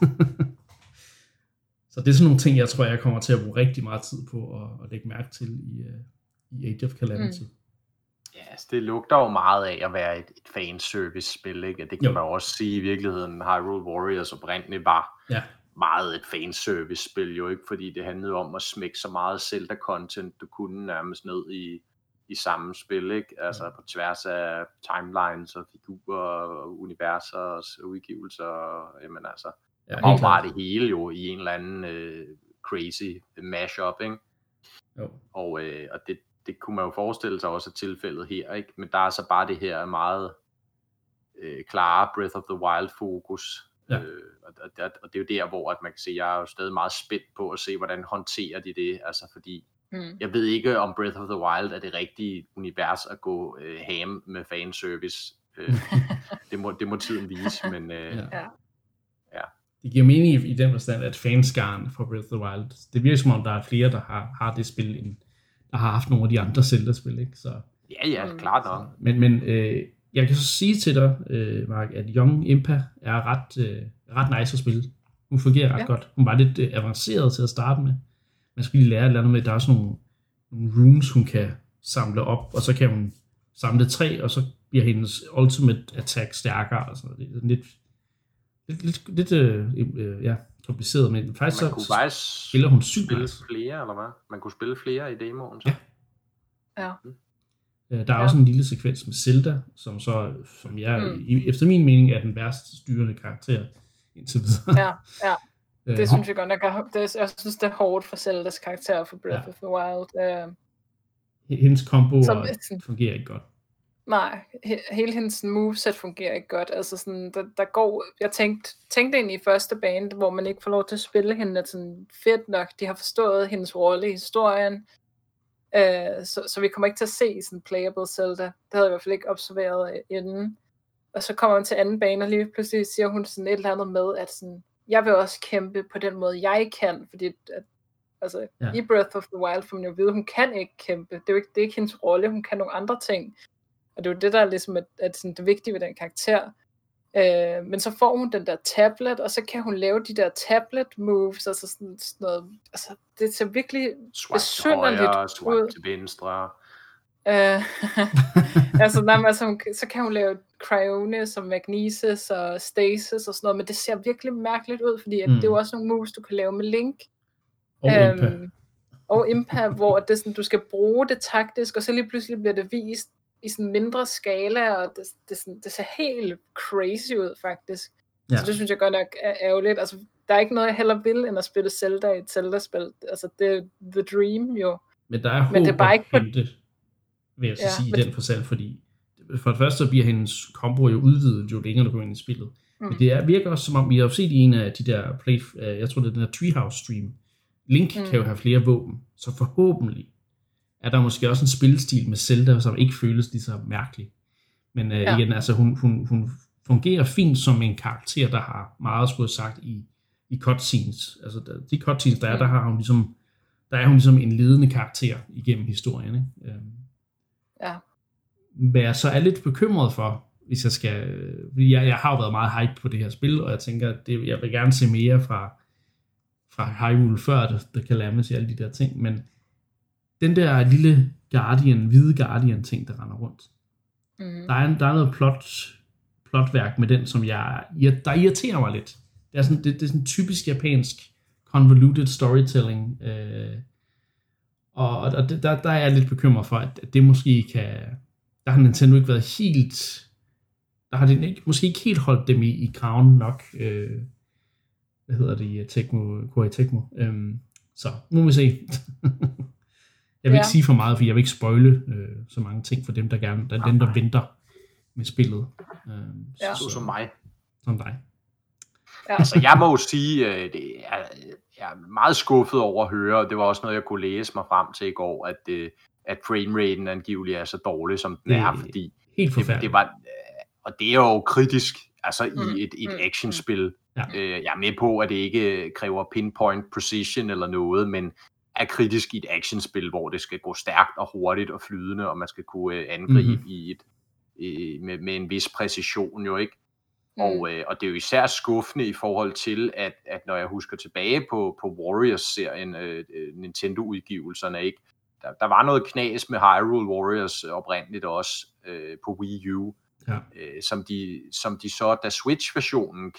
Så det er sådan nogle ting, jeg tror, jeg kommer til at bruge rigtig meget tid på at, at lægge mærke til i, uh, i Age of Calamity. Mm. Ja, altså, det lugter jo meget af at være et, et fanservice-spil, ikke? Det kan Jo. man jo også sige i virkeligheden, Hyrule Warriors oprindeligt var. Ja. meget et fanservice-spil jo, ikke? Fordi det handlede om at smække så meget Zelda-content, du kunne nærmest ned i, i samme spil, ikke? Altså på tværs af timelines og figurer og universer og udgivelser, og, jamen altså, Ja, der var jo helt bare klart. det hele jo i en eller anden øh, crazy mashup, ikke? Jo. Og, øh, og det, det kunne man jo forestille sig også er tilfældet her, ikke? Men der er så bare det her meget øh, klare Breath of the Wild fokus. Ja. Øh, og, og, og det er jo der, hvor at man kan se, at jeg er jo stadig meget spændt på at se, hvordan håndterer de det, altså fordi Mm. jeg ved ikke, om Breath of the Wild er det rigtige univers at gå øh, ham med fanservice. Øh, det, må, det må tiden vise, men øh, Ja. Ja. ja. Det giver mening i, i den forstand, at fanskaren for Breath of the Wild, det virker som om, der er flere, der har, har det spil, end der har haft nogle af de andre Zelda-spil, ikke? Så, Ja, ja, Mm. klart nok. men men øh, jeg kan så sige til dig, øh, Mark, at Young Impa er ret, øh, ret nice at spille. Hun fungerer ret Ja. godt. Hun var lidt øh, avanceret til at starte med. Man skal lige lære et eller andet med, der er sådan nogle, nogle runes, hun kan samle op, og så kan hun samle tre, og så bliver hendes ultimate attack stærkere. Og sådan noget. Det er lidt, lidt, lidt, lidt øh, øh, ja, kompliceret, men faktisk Man så, kunne så faktisk spiller hun sygt spille nice. flere, eller hvad? Man kunne spille flere i demoen, så. Ja. Ja. Øh, Der er Ja. også en lille sekvens med Zelda, som så, som jeg, Mm. i, efter min mening, er den værste styrende karakter indtil videre. Ja, ja. Øh, Det synes jeg godt nok. er- Det, jeg synes, det er hårdt for Zeldas karakter for Breath Ja. of the Wild. Uh, Hendes combo Som- fungerer ikke godt. nej, he, hele hendes moveset fungerer ikke godt. Altså sådan, der, der går, jeg tænkte, tænkte egentlig i første bane, hvor man ikke får lov til at spille hende, at sådan fedt nok, de har forstået hendes rolle i historien, uh, så, så vi kommer ikke til at se sådan playable Zelda. Det havde jeg i hvert fald ikke observeret inden. Og så kommer man til anden bane, og lige pludselig siger hun sådan et eller andet med, at sådan, jeg vil også kæmpe på den måde, jeg kan, fordi at, altså, Ja. ja. i Breath of the Wild får man jo at vide, at hun kan ikke kæmpe. Det er jo ikke, det er ikke hendes rolle, hun kan nogle andre ting. Og det er jo det, der er ligesom at, at sådan, det vigtige ved den karakter. Øh, men så får hun den der tablet, og så kan hun lave de der tablet moves, altså sådan, sådan noget, altså det ser virkelig Swipe til besynderligt højre, swipe ud. til venstre. Øh, altså, nej, men altså hun, så kan hun lave cryonis og magnesis og stasis og sådan noget, men det ser virkelig mærkeligt ud, fordi at Mm. det er jo også nogle moves, du kan lave med Link. Og Impa. Øhm, og Impa, hvor det er sådan, du skal bruge det taktisk, og så lige pludselig bliver det vist i sådan mindre skala, og det, det, sådan, det ser helt crazy ud, faktisk. Ja. Så det synes jeg godt nok er ærgerligt. Altså, der er ikke noget, jeg hellere vil, end at spille Zelda i et Zelda-spil. Altså, det er the dream, jo. Men der er håb Men det er bare ikke på- at hente, vil jeg så Ja, sige, i men- den forstand, fordi for det første så bliver hendes combo jo udvidet, jo længere du går ind i spillet. Mm. Men det er, virker også som om, vi har jo set i en af de der, play, øh, jeg tror det er den her Treehouse stream, Link Mm. kan jo have flere våben, så forhåbentlig er der måske også en spillestil med Zelda, som ikke føles lige så mærkelig. Men øh, Ja. igen, altså hun, hun, hun fungerer fint som en karakter, der har meget skulle have sagt i, i cutscenes. Altså der, de cutscenes, der er, Mm. der har hun ligesom, der er hun ligesom en ledende karakter igennem historien. Ikke? Øhm, Ja. Hvad jeg så er lidt bekymret for, hvis jeg skal, fordi jeg, jeg har jo været meget hype på det her spil, og jeg tænker, at det, jeg vil gerne se mere fra, fra Hyrule før det, det kan lade til alle de der ting, men den der lille Guardian, hvide Guardian ting, der render rundt, Mm. der er, en, der er noget plot, plotværk med den, som jeg, jeg der irriterer mig lidt. Det er sådan, det, det er sådan typisk japansk convoluted storytelling, øh, og, og det, der, der er jeg lidt bekymret for, at det måske kan, der har Nintendo ikke været helt, der har det ikke, måske ikke helt holdt dem i, i kraven nok, øh, hvad hedder det i Tecmo, Koei Tecmo, øhm, så nu må vi se. Jeg vil Ja. ikke sige for meget, for jeg vil ikke spoile øh, så mange ting for dem, der gerne, der, dem, der venter med spillet. Øh, Ja. Så som mig. Som dig. Ja. Altså, jeg må jo sige, øh, det er, jeg er meget skuffet over at høre, og det var også noget, jeg kunne læse mig frem til i går, at, øh, at frameraten angiveligt er så dårlig, som den Det er, er fordi Helt det, forfærdeligt. det var, øh, og det er jo kritisk, altså Mm, i et, et mm, actionspil. Ja. Øh, jeg er med på, at det ikke kræver pinpoint precision eller noget, men er kritisk i et actionspil, hvor det skal gå stærkt og hurtigt og flydende, og man skal kunne øh, angribe Mhm. mm-hmm. i et, i, med, med en vis præcision jo, ikke? Mm. Og, øh, og det er jo især skuffende i forhold til, at, at når jeg husker tilbage på, på Warriors-serien, øh, Nintendo-udgivelserne, ikke? Der, der var noget knas med Hyrule Warriors oprindeligt også øh, på Wii U, Ja. øh, som, de, som de så, da Switch-versionen kan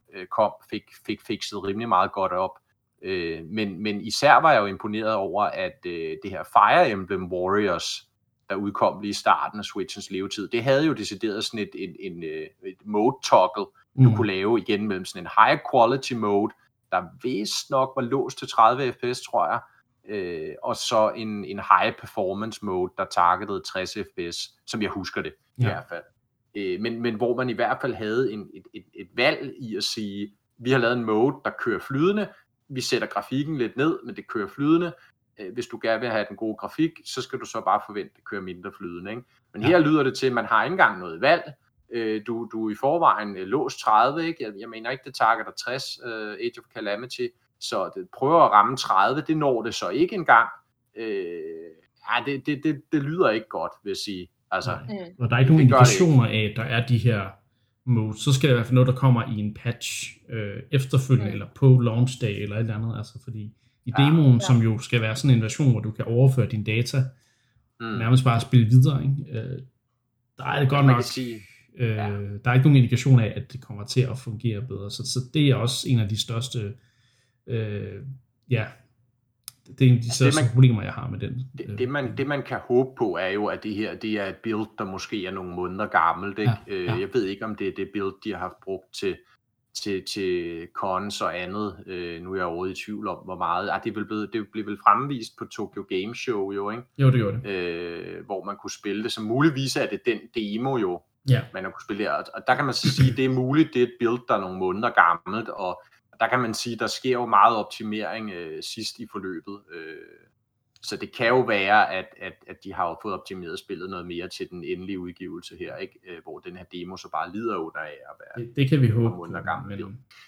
øh, kom, fik, fik fikset rimelig meget godt op. Øh, men, men især var jeg jo imponeret over, at øh, det her Fire Emblem Warriors, der udkom lige i starten af Switchens levetid, det havde jo decideret sådan et, en, en, et mode toggle, du mm. kunne lave igen mellem sådan en high quality mode, der vist nok var låst til tredive F P S, tror jeg, øh, og så en, en high performance mode, der targetede tres F P S, som jeg husker det ja. i hvert fald. Øh, men, men hvor man i hvert fald havde en, et, et, et valg i at sige, vi har lavet en mode, der kører flydende, vi sætter grafikken lidt ned, men det kører flydende. Hvis du gerne vil have den gode grafik, så skal du så bare forvente, at det kører mindre flydende. Ikke? Men ja. her lyder det til, at man har ikke engang noget valg. Du, du er i forvejen låst tredive, ikke? Jeg, jeg mener ikke, det targeter tres, uh, Age of Calamity, så det prøver at ramme tredive, det når det så ikke engang. Uh, ja, det, det, det, det lyder ikke godt, vil jeg sige. Altså, mm. Og der er ikke nogen indikationer af, at der er de her modes. Så skal det i hvert fald noget, der kommer i en patch øh, efterfølgende, mm. eller på launch day, eller et eller andet, altså fordi i demoen, ja, ja. som jo skal være sådan en version, hvor du kan overføre dine data, mm. nærmest bare spille videre, ikke? Øh, der er det godt nok, øh, ja. der er ikke nogen indikation af, at det kommer til at fungere bedre, så, så det er også en af de største, øh, ja, det er en af de største man, problemer, jeg har med den. Det, øh, det, man, det man kan håbe på, er jo, at det her, det er et build, der måske er nogle måneder gammelt, ikke? Ja, ja. Øh, jeg ved ikke, om det er det build, de har haft brugt til til, til cons og andet. Øh, nu er jeg overhovedet i tvivl om, hvor meget. Ah, det, blevet, det blev vel fremvist på Tokyo Game Show, jo, ikke? Jo, det gjorde det. Øh, hvor man kunne spille det. Så muligvis er det den demo, jo, ja. man har kunne spille der. Og der kan man så sige, det er muligt, det er et build, der er nogle måneder gammelt, og der kan man sige, der sker jo meget optimering øh, sidst i forløbet. Øh, så det kan jo være, at, at, at de har jo fået optimeret spillet noget mere til den endelige udgivelse her, ikke? Øh, hvor den her demo så bare lider under af at være det, det kan vi håbe på, men,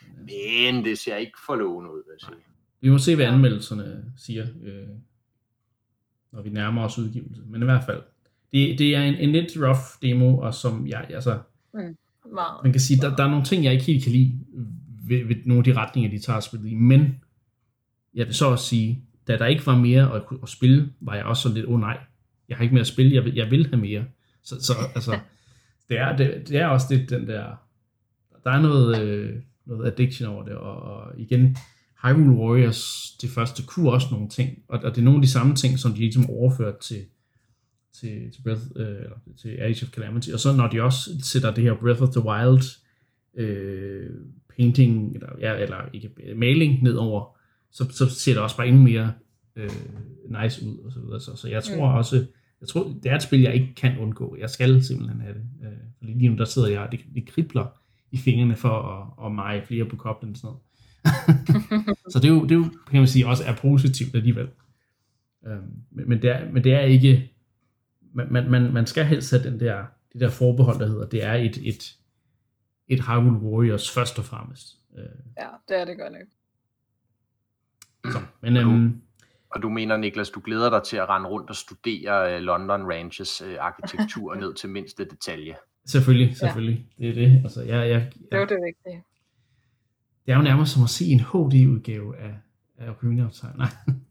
men det ser ikke for lovende ud, vil jeg sige. Vi må se, hvad anmeldelserne siger, øh, når vi nærmer os udgivelse. Men i hvert fald, det, det er en, en lidt rough demo, og som jeg, altså, mm, man kan sige, der, der er nogle ting, jeg ikke helt kan lide ved, ved nogle af de retninger, de tager spillet i, men jeg vil så også sige, da der ikke var mere at, at spille, var jeg også sådan lidt, åh oh, nej, jeg har ikke mere at spille, jeg vil, jeg vil have mere. Så, så altså, det er, det, det er også lidt den der, der er noget, øh, noget addiction over det, og, og igen, Hyrule Warriors, det første, kunne også nogle ting, og, og det er nogle af de samme ting, som de ligesom overført til, til, til, Breath, øh, eller til Age of Calamity, og så når de også sætter det her Breath of the Wild øh, painting, eller, ja, eller ikke, maling ned over, så, så ser det også bare endnu mere øh, nice ud, og så videre. Så, så jeg tror mm. også, jeg tror, det er et spil, jeg ikke kan undgå. Jeg skal simpelthen have det. Øh, fordi lige nu, der sidder jeg, det, det kribler i fingrene for at, at meje flere på koblen og sådan noget. Så det er, jo, det er jo, kan man sige, også er positivt alligevel. Øh, men, men, det er, men det er ikke, man, man, man skal helst have den der, det der forbehold, der hedder, det er et, et, et Hyrule Warriors først og fremmest. Øh, ja, det er det godt nok. Så, men, øhm, og du mener, Niklas, du glæder dig til at rende rundt og studere uh, London Ranches uh, arkitektur ned til mindste detalje. Selvfølgelig, selvfølgelig. Ja. Det er det. Altså, jeg, jeg, jeg, det er jo det vigtige. Det er jo nærmest som at se en H D-udgave af, af Ocarina of Time. Nej.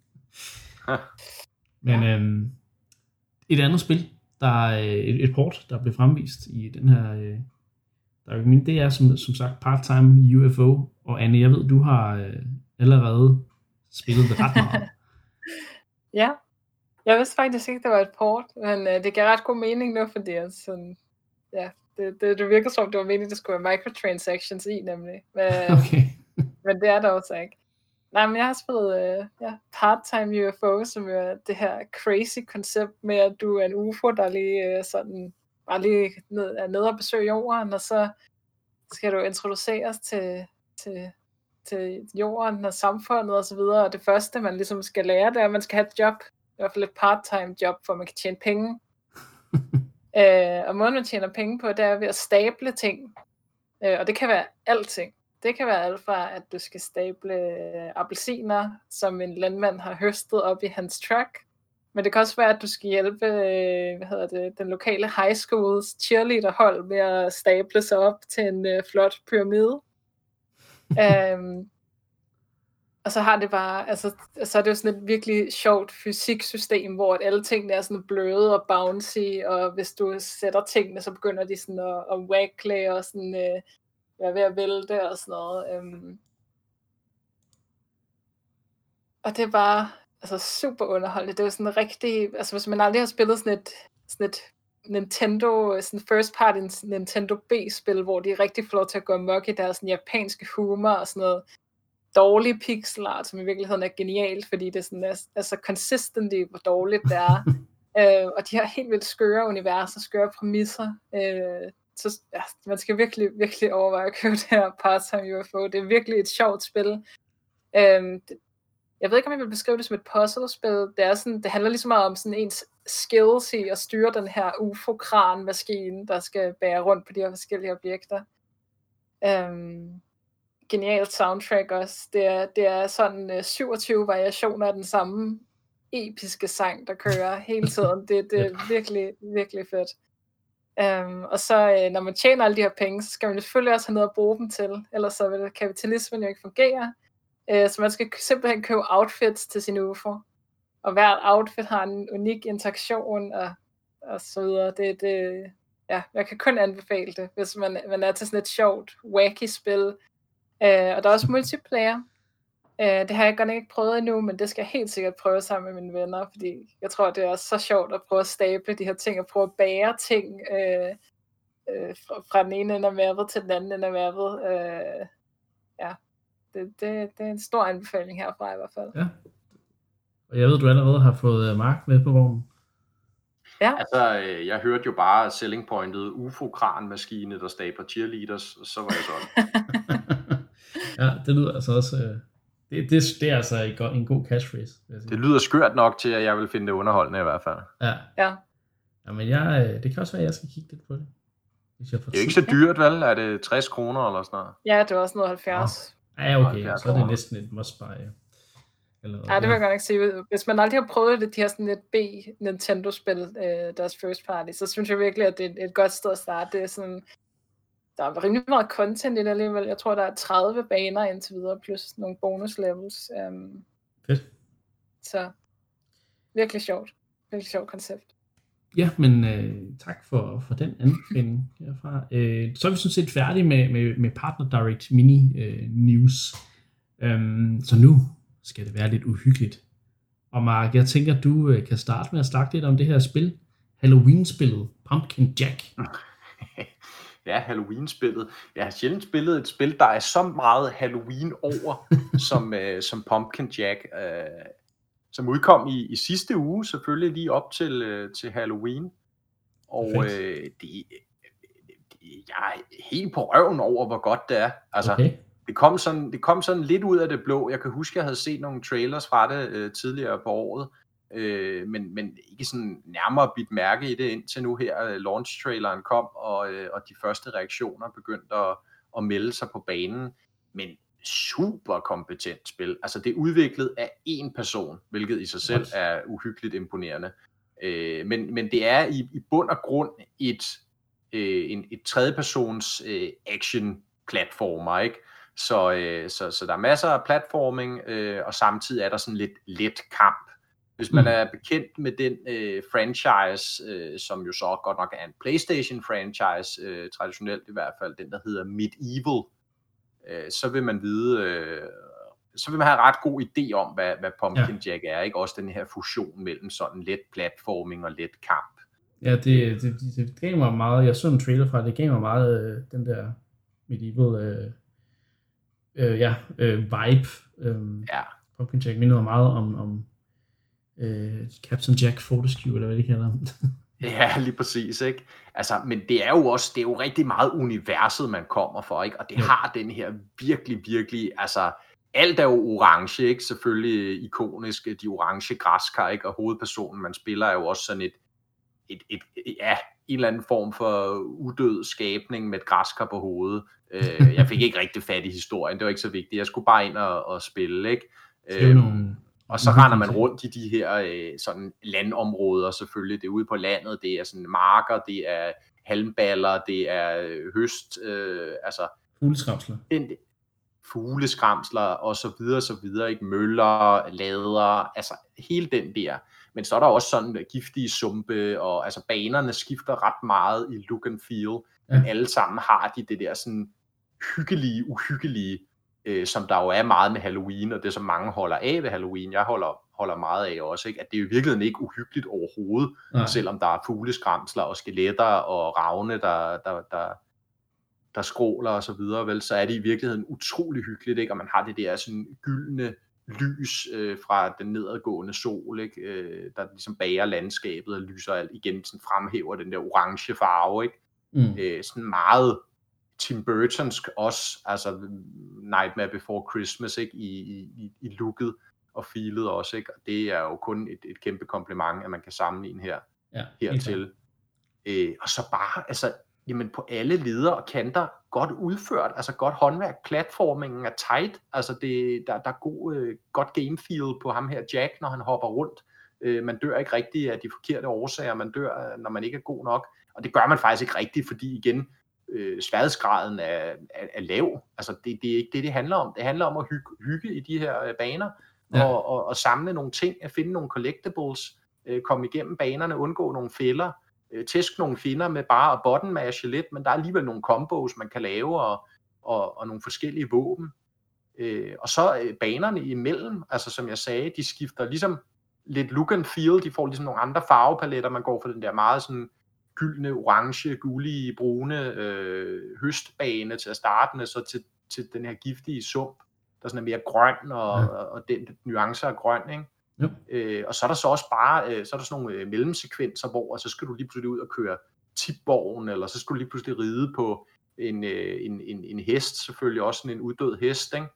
Men ja. øhm, et andet spil, der er et, et port, der blev fremvist i den her, øh, der er, det er som, som sagt part-time U F O. Og Anne, jeg ved, du har øh, allerede spillet det ret meget. Ja, jeg vidste faktisk ikke, det var et port, men øh, det gav ret god mening nu, fordi altså, ja, det, det, det virker som, det var meningen, det skulle være microtransactions i, nemlig. Men, okay. men det er der også ikke. Nej, men jeg har spillet øh, ja, part-time U F O, som er det her crazy koncept med, at du er en U F O, der lige øh, sådan, bare lige ned, er nede og besøger jorden, og så skal du introduceres til, til til jorden og samfundet og så videre, og det første, man ligesom skal lære, det er, at man skal have et job, i hvert fald et part-time job, for man kan tjene penge. øh, og måden, man tjener penge på, det er ved at stable ting, øh, og det kan være alting. Det kan være alt fra, at du skal stable øh, appelsiner, som en landmand har høstet op i hans truck, men det kan også være, at du skal hjælpe øh, hvad hedder det, den lokale high schools cheerleaderhold med at stable sig op til en øh, flot pyramide. Um, og så har det bare, altså, så er det jo sådan et virkelig sjovt fysiksystem, hvor at alle tingene er sådan bløde og bouncy, og hvis du sætter tingene, så begynder de sådan at, at waggle og sådan, øh, være ved at vælte og sådan noget. Øhm. Og det er bare altså, super underholdende. Det er jo sådan rigtig, altså hvis man aldrig har spillet sådan et, sådan et Nintendo, sådan first party Nintendo B-spil, hvor de rigtig får lov til at gå amok i deres sådan japanske humor og sådan noget dårlige pixel art, som i virkeligheden er genialt, fordi det sådan er, er så consistent i, hvor dårligt det er. øh, og de har helt vildt skøre universer, skøre præmisser. Øh, så ja, man skal virkelig, virkelig overveje at købe det her Part-Time U F O. Det er virkelig et sjovt spil. Øh, det, jeg ved ikke, om jeg vil beskrive det som et puzzle-spil. Det, er sådan, det handler lige så meget om sådan ens skills i at styre den her U F O-kran-maskine, der skal bære rundt på de her forskellige objekter. Um, genialt soundtrack også. Det er, det er sådan uh, syvogtyve variationer af den samme episke sang, der kører hele tiden. Det, det er virkelig, virkelig fedt. Um, og så uh, når man tjener alle de her penge, så skal man selvfølgelig også have noget at bruge dem til. Ellers så vil kapitalismen jo ikke fungere. Så man skal simpelthen købe outfits til sin U F O. Og hvert outfit har en unik interaktion og, og så videre. Det, det, ja, jeg kan kun anbefale det, hvis man, man er til sådan et sjovt, wacky spil. Uh, og der er også multiplayer. Uh, det har jeg godt nok ikke prøvet endnu, men det skal jeg helt sikkert prøve sammen med mine venner, fordi jeg tror, det er så sjovt at prøve at stable de her ting, og prøve at bære ting uh, uh, fra, fra den ene ende af mappet til den anden ende af mappet. Uh, ja. Det, det, det er en stor anbefaling herfra i hvert fald. Ja. Og jeg ved, du allerede har fået Mark med på vognen. Ja. Altså, jeg hørte jo bare selling pointet U F O-kran-maskine, der stabler cheerleaders, og så var jeg sådan. Ja, det lyder altså også... Det, det, det er altså en god catchphrase. Det lyder skørt nok til, at jeg vil finde det underholdende i hvert fald. Ja. Ja. Jamen, jeg, det kan også være, at jeg skal kigge lidt på det. Hvis jeg får det er jo ikke så dyrt, vel? Er det tres kroner eller sådan noget? Ja, det var også noget halvfjerds. Oh. Ja, okay, så er det næsten et must-buy. Eller, ja, det vil jeg godt ikke sige. Hvis man aldrig har prøvet det, de her sådan et B-Nintendo-spil, øh, deres first party, så synes jeg virkelig, at det er et godt sted at starte. Det er sådan, der er rimelig meget content i det alligevel. Jeg tror, der er tredive baner indtil videre, plus nogle bonus levels. Um, Fedt. Så virkelig sjovt. Virkelig sjovt koncept. Ja, men øh, tak for, for den anbefaling herfra. Øh, så er vi sådan set færdige med, med, med Partner Direct Mini øh, News. Um, så nu skal det være lidt uhyggeligt. Og Mark, jeg tænker, du øh, kan starte med at snakke lidt om det her spil. Halloween-spillet Pumpkin Jack. Ja, Halloween-spillet. Jeg har sjældent spillet et spil, der er så meget Halloween over, som, øh, som Pumpkin Jack, øh, som udkom i, i sidste uge, selvfølgelig lige op til, øh, til Halloween. Og øh, det, det, jeg er helt på røven over, hvor godt det er. Altså, okay. det, kom sådan, det kom sådan lidt ud af det blå. Jeg kan huske, jeg havde set nogle trailers fra det øh, tidligere på året, øh, men, men ikke sådan nærmere bidt mærke i det indtil nu her. Launch-traileren kom, og, øh, og de første reaktioner begyndte at, at melde sig på banen. Men super kompetent spil. Altså det er udviklet af én person, hvilket i sig selv er uhyggeligt imponerende. Øh, men, men det er i, i bund og grund et, øh, en, et tredjepersons øh, action-platformer, ikke? Så, øh, så, så der er masser af platforming, øh, og samtidig er der sådan lidt let kamp. Hvis man mm. er bekendt med den øh, franchise, øh, som jo så godt nok er en PlayStation-franchise, øh, traditionelt i hvert fald, den der hedder Medieval, øh, så vil man vide, øh, så vil man have ret god idé om, hvad, hvad Pumpkin ja. Jack er, ikke? Også den her fusion mellem sådan let platforming og let kamp. Ja, det, det, det, det gav mig meget, jeg så en trailer fra, det gav mig meget øh, den der Medieval øh, øh, ja, øh, vibe. Øh, ja. Pumpkin Jack minder meget om, om øh, Captain Jack Fortescue, eller hvad de kalder ham. Ja, lige præcis, ikke? Altså, men det er jo også, det er jo rigtig meget universet, man kommer for, ikke? Og det ja. har den her virkelig, virkelig, altså, alt er jo orange, ikke? Selvfølgelig ikonisk, de orange græskar, ikke? Og hovedpersonen, man spiller, er jo også sådan et, et, et, et ja, en eller anden form for udød skabning med et græskar på hovedet. Uh, jeg fik ikke rigtig fat i historien, det var ikke så vigtigt. Jeg skulle bare ind og, og spille, ikke? Uh, nogle... Og så render man rundt i de her øh, sådan landområder selvfølgelig. Det er ude på landet, det er sådan marker, det er halmballer, det er høst, øh, altså fugleskramsler. Den, fugleskramsler og så videre, så videre, ikke? Møller, lader, altså hele den der. Men så er der også sådan giftige sumpe, og altså banerne skifter ret meget i look and feel, ja. Men alle sammen har de det der sådan hyggelige, uhyggelige, øh, som der jo er meget med Halloween, og det som mange holder af ved Halloween, jeg holder, holder meget af også, ikke? At det er jo i virkeligheden ikke uhyggeligt overhovedet, ja. Selvom der er fugleskramsler og skeletter og ravne, der, der, der, der skråler og så videre, vel, så er det i virkeligheden utrolig hyggeligt, ikke? Og man har det der sådan gyldne lys øh, fra den nedadgående sol, ikke? Øh, der ligesom bager landskabet og lyser alt igen, sådan fremhæver den der orange farve, ikke? Mm. Øh, sådan meget Tim Burtonsk også, altså Nightmare Before Christmas, ikke? I, i, i looket og feelet også, ikke? Og det er jo kun et, et kæmpe kompliment, at man kan sammenligne her, ja, hertil. Øh, og så bare, altså, jamen på alle leder og kanter, godt udført, altså godt håndværk, platformingen er tight, altså det, der, der er god, øh, godt game feel på ham her Jack, når han hopper rundt. Øh, man dør ikke rigtigt af de forkerte årsager, man dør, når man ikke er god nok, og det gør man faktisk ikke rigtigt, fordi igen, øh, sværhedsgraden er, er, er lav, altså det, det er ikke det, det handler om. Det handler om at hygge, hygge i de her øh, baner, ja. og, og, og samle nogle ting, at finde nogle collectibles, øh, komme igennem banerne, undgå nogle fælder, tæsk nogle finder med bare at button mashe lidt, men der er alligevel nogle combos, man kan lave, og, og, og nogle forskellige våben. Øh, og så øh, banerne imellem, altså som jeg sagde, de skifter ligesom lidt look and feel, de får ligesom nogle andre farvepaletter, man går fra den der meget sådan gyldne, orange, gullige, brune øh, høstbane til at starte med, så til, til den her giftige sump, der sådan er mere grøn, og, ja. og, og den nuancer af grøn, ikke? Ja. Øh, og så er der så også bare øh, så er der sådan nogle øh, mellemsekvenser, hvor så skal du lige pludselig ud og køre tipvogn, eller så skal du lige pludselig ride på en, øh, en, en, en hest, selvfølgelig også sådan en uddød hest, ikke?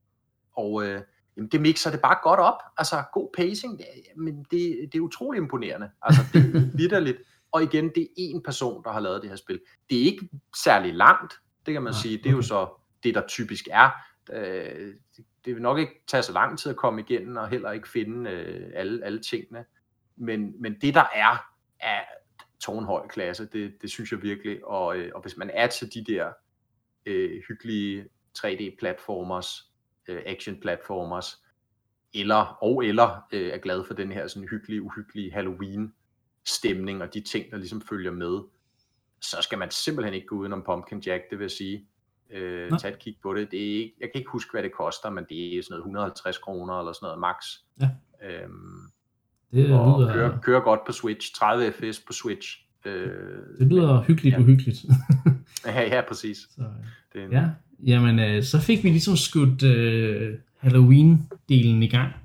Og øh, jamen, det mixer det bare godt op, altså god pacing, det, men det, det er utrolig imponerende, altså det er vitterligt, og igen, det er én person, der har lavet det her spil. Det er ikke særlig langt, det kan man ja, sige, det er okay. jo så det, der typisk er. Øh, det vil nok ikke tage så lang tid at komme igennem, og heller ikke finde øh, alle, alle tingene. Men, men det, der er, er tårnhøj klasse, det, det synes jeg virkelig. Og, øh, og hvis man er til de der øh, hyggelige tre D-platformers, øh, action-platformers, eller, og eller øh, er glad for den her sådan hyggelige, uhyggelige Halloween-stemning, og de ting, der ligesom følger med, så skal man simpelthen ikke gå udenom Pumpkin Jack, det vil sige. Øh, tag et kig på det. Det er ikke, jeg kan ikke huske, hvad det koster, men det er sådan noget et hundrede og halvtreds kroner eller sådan noget max. Ja. Øhm, det og lyder... kører, kører godt på Switch. tredive F P S på Switch. Øh, det lyder men, hyggeligt ja. uhyggeligt. ja, ja, præcis. Så, det en... ja. Jamen, øh, så fik vi ligesom skudt øh, Halloween-delen i gang.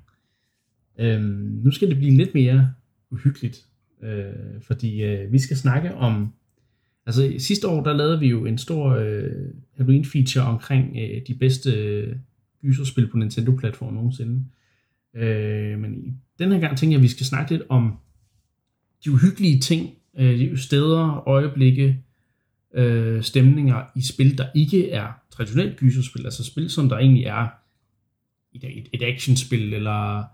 Øhm, nu skal det blive lidt mere uhyggeligt, øh, fordi øh, vi skal snakke om. Altså sidste år, der lavede vi jo en stor øh, Halloween-feature omkring øh, de bedste øh, gyserspil på Nintendo-platform nogensinde. Øh, men i den her gang tænker jeg, at vi skal snakke lidt om de uhyggelige ting, øh, de steder, øjeblikke, øh, stemninger i spil, der ikke er traditionelt gyserspil. Altså spil, som der egentlig er et, et actionspil, eller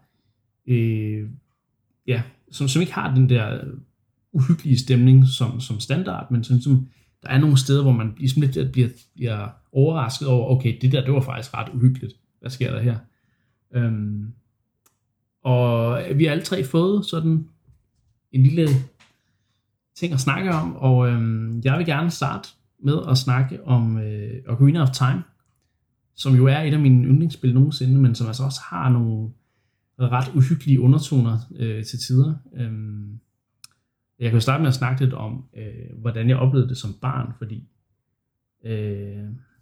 øh, ja, som, som ikke har den der uhyggelige stemning som, som standard, men sådan, som, der er nogle steder, hvor man ligesom lidt bliver, bliver overrasket over, okay, det der, det var faktisk ret uhyggeligt. Hvad sker der her? Øhm, og vi har alle tre fået sådan en lille ting at snakke om, og øhm, jeg vil gerne starte med at snakke om øh, Ocarina of Time, som jo er et af mine yndlingsspil nogensinde, men som altså også har nogle ret uhyggelige undertoner øh, til tider. Øhm, Jeg kan jo starte med at snakke lidt om, øh, hvordan jeg oplevede det som barn, fordi øh,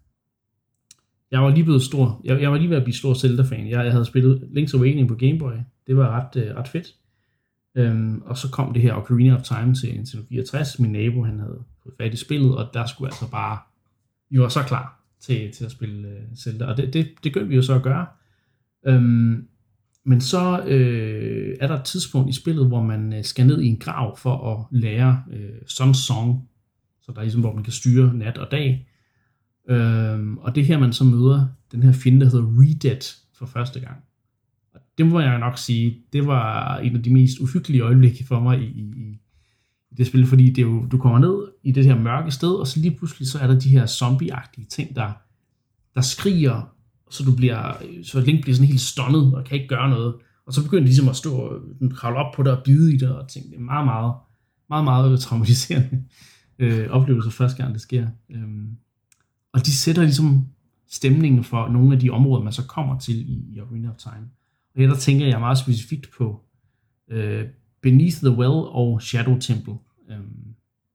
jeg var lige blevet stor. Jeg, jeg var lige ved at blive stor Zelda-fan. Jeg, jeg havde spillet Link's Awakening på Game Boy. Det var ret, øh, ret fedt. Øhm, og så kom det her Ocarina of Time til Nintendo fireogtres. Min nabo, han havde fået fat i spillet, og der skulle altså bare, vi var så klar til, til at spille øh, Zelda. Og det, det, det gør vi jo så at gøre. Øhm, Men så øh, er der et tidspunkt i spillet, hvor man øh, skal ned i en grav for at lære øh, Sun Song. Så der er ligesom, hvor man kan styre nat og dag. Øhm, og det her, man så møder den her fjende, der hedder Redet for første gang. Og det må jeg nok sige, det var en af de mest uhyggelige øjeblikke for mig i, i, i det spil. Fordi det er jo, du kommer ned i det her mørke sted, og så lige pludselig så er der de her zombie-agtige ting, der, der skriger, så du bliver, så Link bliver sådan helt stunnet og kan ikke gøre noget. Og så begynder de ligesom at stå og kravle op på dig og bide i dig og tænke, det er meget, meget, meget, meget traumatiserende øh, oplevelse første gang det sker. Øhm, og de sætter ligesom stemningen for nogle af de områder, man så kommer til i, i Ocarina of Time. Og her der tænker jeg meget specifikt på øh, Beneath the Well og Shadow Temple. Øhm,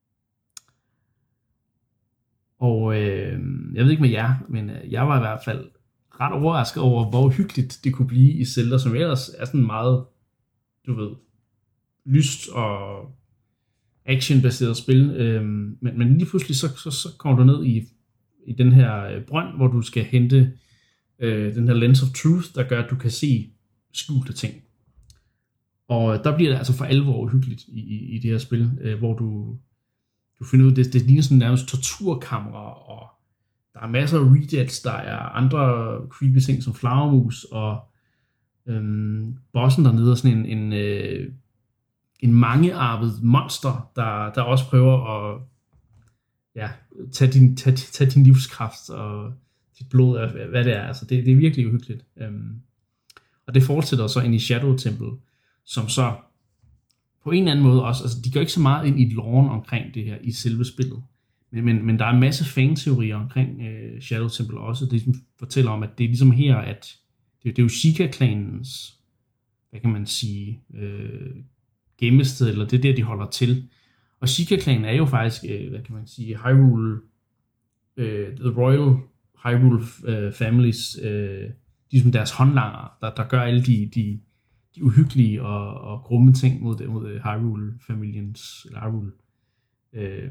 og øh, jeg ved ikke med jer, men jeg var i hvert fald ret overrasket over, hvor hyggeligt det kunne blive i Zelda, som ellers er sådan meget, du ved, lyst og actionbaseret spil. Øhm, men, men lige pludselig så, så, så kommer du ned i, i den her brønd, hvor du skal hente øh, den her Lens of Truth, der gør, at du kan se skjulte ting. Og der bliver det altså for alvor hyggeligt i, i, i det her spil, øh, hvor du, du finder ud af, det, det ligner sådan nærmest torturkamera, og der er masser af redeads, der er andre creepy ting som flagermus, og øhm, bossen dernede er sådan en, en, øh, en mangearvet monster, der, der også prøver at ja, tage, din, tage, tage din livskraft og dit blod, og hvad det er. Altså, det, det er virkelig uhyggeligt. Øhm, og det fortsætter så ind i Shadow Temple, som så på en eller anden måde også, altså de går ikke så meget ind i loven omkring det her i selve spillet, men, men, men der er en masse fan-teorier omkring øh, Shadow Temple også, det ligesom fortæller om, at det er ligesom her, at det, det er jo Sheikah-klanens, hvad kan man sige, øh, gemmested, eller det er der, de holder til. Og Sheikah-klanen er jo faktisk, øh, hvad kan man sige, Hyrule, øh, The Royal Hyrule øh, Families, øh, ligesom deres håndlanger, der, der gør alle de, de, de uhyggelige og, og grumme ting mod, mod Hyrule-familiens, eller Hyrule, øh,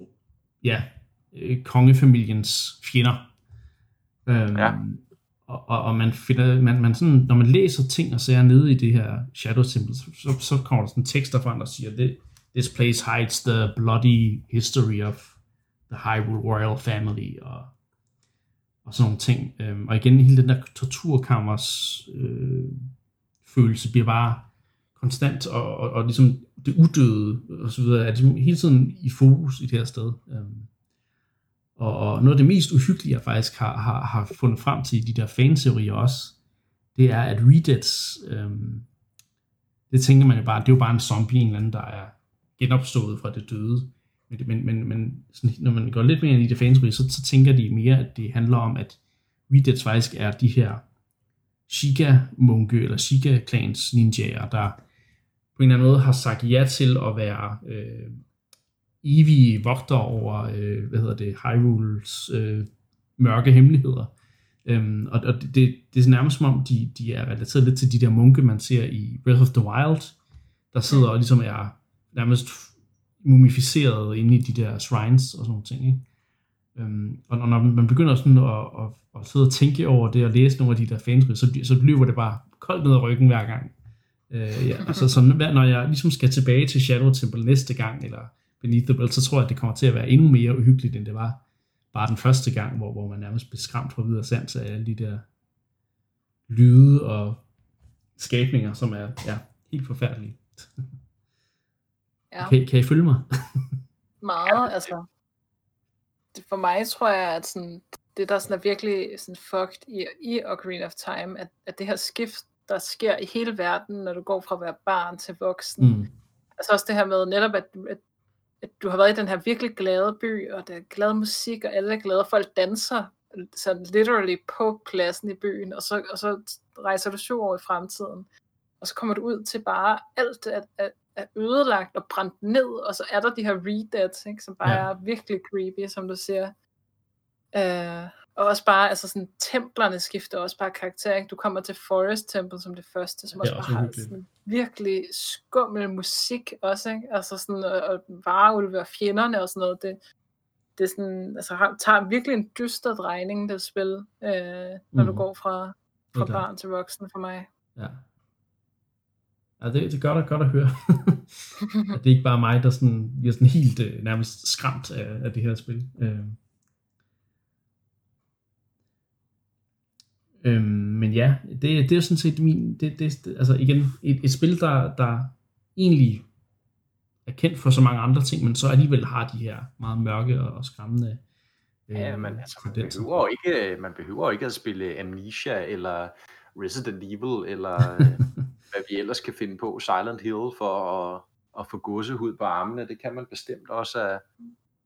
ja, øh, kongefamiliens fjender. Øhm, ja. Og, og, og man finder, man, man sådan, når man læser ting og ser nede i det her Shadow Temple, så, så kommer der sådan tekster frem, der siger, this place hides the bloody history of the Hyrule Royal Family, og, og sådan nogle ting. Øhm, og igen, hele den der torturkammers øh, følelse bliver bare konstant, og, og, og ligesom det udøde, og så videre, er ligesom hele tiden i fokus i det her sted. Øhm, og, og noget af det mest uhyggelige, jeg faktisk har, har, har fundet frem til i de der fanteorier også, det er, at redeads, øhm, det tænker man jo bare, det er jo bare en zombie, en eller anden, der er genopstået fra det døde. Men, men, men, men sådan, når man går lidt mere ind i det fanteorier, så, så tænker de mere, at det handler om, at redeads faktisk er de her Sheikah-munke, eller Sheikah-klans ninjaer, der på en eller anden måde har sagt ja til at være øh, evige vogter over, øh, hvad hedder det, Hyrules øh, mørke hemmeligheder. Øhm, og og det, det, det er nærmest som om, de, de er relateret lidt til de der munke, man ser i Breath of the Wild, der sidder og ligesom er nærmest mumificeret inde i de der shrines og sådan nogle ting, ikke? Øhm, og når man begynder sådan at, at, at sidde og tænke over det og læse nogle af de der fans, så, så bliver det bare koldt ned ad ryggen hver gang. Øh, ja. Så, så når jeg ligesom skal tilbage til Shadow Temple næste gang, eller Beneath the Well, så tror jeg, at det kommer til at være endnu mere uhyggeligt, end det var bare den første gang, hvor, hvor man nærmest blev skræmt fra videre sans af alle de der lyde og skabninger, som er ja, helt forfærdelige. Ja. Kan, kan I følge mig? Meget, altså. For mig tror jeg, at sådan, det der sådan er virkelig sådan fucked i, i Ocarina of Time, at, at det her skift, der sker i hele verden, når du går fra at være barn til voksen. Mm. Altså også det her med netop, at, at, at du har været i den her virkelig glade by, og der er glad musik, og alle er glade, folk danser så literally på pladsen i byen, og så, og så rejser du syv år i fremtiden, og så kommer du ud til bare alt at, at er ødelagt og brændt ned, og så er der de her redeads, ikke, som bare ja. er virkelig creepy, som du siger. Uh, og også bare, altså sådan, templerne skifter også bare karakter, ikke? Du kommer til Forest Temple som det første, som også, også bare har sådan virkelig skummel musik også, ikke? Altså sådan, og, og varulve og fjenderne og sådan noget, det, det er sådan, altså har, tager virkelig en dyster drejning, det spil, uh, når mm. du går fra, fra barn til voksen for mig. Ja. Ja, det, det er godt, godt at høre. At det er ikke bare mig, der sådan, bliver sådan helt øh, nærmest skræmt af, af det her spil. Øh. Øh, men ja, det, det er jo sådan set min, det, det, altså igen, et, et spil, der, der egentlig er kendt for så mange andre ting, men så alligevel har de her meget mørke og, og skræmmende. Øh, ja, men altså, man behøver, ikke, man behøver ikke at spille Amnesia, eller Resident Evil, eller hvad vi ellers kan finde på, Silent Hill, for at, at få gåsehud på armene. Det kan man bestemt også af,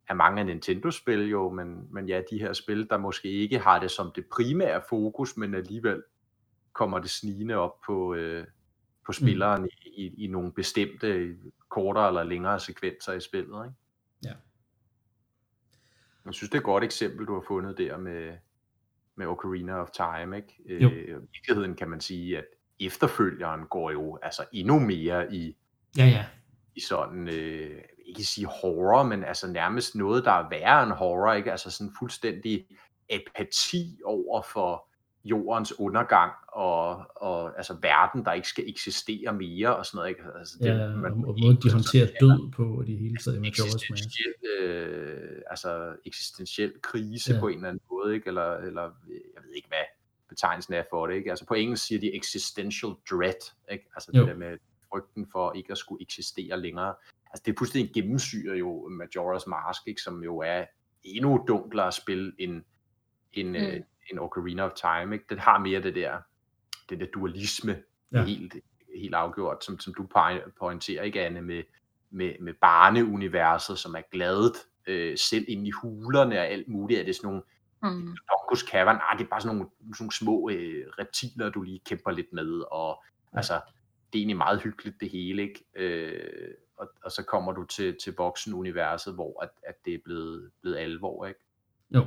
af mange af Nintendo-spil jo, men, men ja, de her spil, der måske ikke har det som det primære fokus, men alligevel kommer det snigende op på, øh, på spilleren mm. i, i, i nogle bestemte kortere eller længere sekvenser i spillet, ikke? Ja. Jeg synes, det er et godt eksempel, du har fundet der med, med Ocarina of Time, ikke? Jo. Øh, I virkeligheden kan man sige, at efterfølgeren går jo altså endnu mere i, Ja, ja. i sådan, øh, ikke sige horror, men altså nærmest noget, der er værre end horror, ikke? Altså sådan fuldstændig apati over for jordens undergang, og, og altså verden, der ikke skal eksistere mere, og sådan noget, ikke? Altså, det, Ja, man, og, og måden de håndterer død på, og de hele tiden med Majora's Mask. Øh, altså eksistentiel krise ja. På en eller anden måde, ikke? Eller, eller jeg ved ikke, hvad betegnelsen er for det, ikke? Altså på engelsk siger de existential dread, ikke? Altså jo. Det der med frygten for ikke at skulle eksistere længere. Altså det er pludselig gennemsyrer jo Majora's Mask, ikke? Som jo er endnu dunklere spil end, end, mm. øh, end Ocarina of Time, ikke? Den har mere det der, det der dualisme, ja. helt, helt afgjort, som, som du pointerer, ikke, Anne, med, med, med barneuniverset, som er gladet, øh, selv inde i hulerne og alt muligt. Er det sådan nogle mm. Donkos Cavern? Nej, det er bare sådan nogle, sådan nogle små øh, reptiler, du lige kæmper lidt med, og ja. Altså, det er egentlig meget hyggeligt det hele, ikke? Øh, og, og så kommer du til, til voksenuniverset, hvor at, at det er blevet, blevet alvor, ikke? Jo.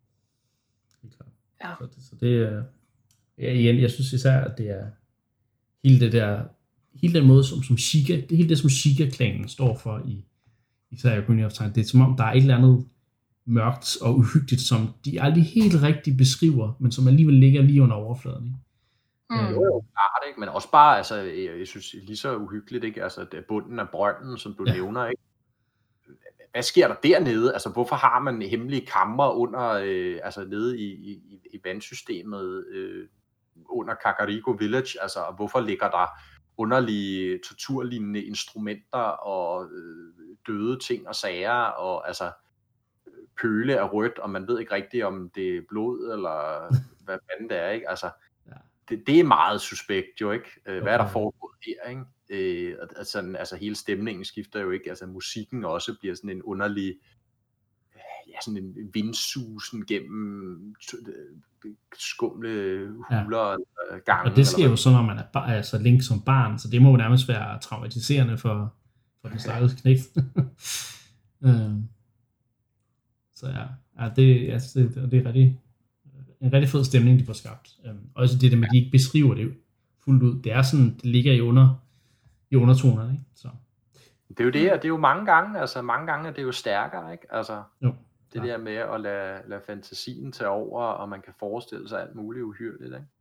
Ja. Så det, så det er, ja, igen, jeg synes især, at det er hele det der, hele den måde, som, som Sheikah, det hele det, som Sheikah-klanen står for i, især i Ocarina of Time, det er som om, der er et eller andet mørkt og uhyggeligt, som de aldrig helt rigtigt beskriver, men som alligevel ligger lige under overfladen, ikke? Mm. Jo, jo, klart, ikke? Men også bare, altså, jeg, jeg synes, lige så uhyggeligt, ikke? Altså, det er bunden af brønden, som du ja. nævner, ikke? Hvad sker der dernede? Altså, hvorfor har man hemmelige kamre under, øh, altså nede i, i, i vandsystemet øh, under Kakariko Village? Altså, og hvorfor ligger der underlige torturlignende instrumenter og øh, døde ting og sager, og altså pøle er rødt, og man ved ikke rigtigt, om det er blod, eller hvad fanden det er, ikke? Altså, ja. det, det er meget suspekt jo, ikke? Øh, hvad er der foregået her, ikke? Øh, altså, altså hele stemningen skifter jo ikke, altså musikken også bliver sådan en underlig, ja, sådan en vindsusen gennem skumle huler ja. gange. Og det sker jo så, når man er bar, altså Link som barn, så det må jo nærmest være traumatiserende for, for den stakkels knægt. øh, så ja, ja det, altså, det, det er rigtig, en rigtig fed stemning, de får skabt. Øh, også det der med, at de ikke beskriver det fuldt ud. Det er sådan, det ligger i under i undertonerne, ikke? Så. Det er jo det, og det er jo mange gange, altså mange gange er det jo stærkere, ikke? Altså jo, det der med at lade, lade fantasien tage over, og man kan forestille sig alt muligt uhyrligt, ikke?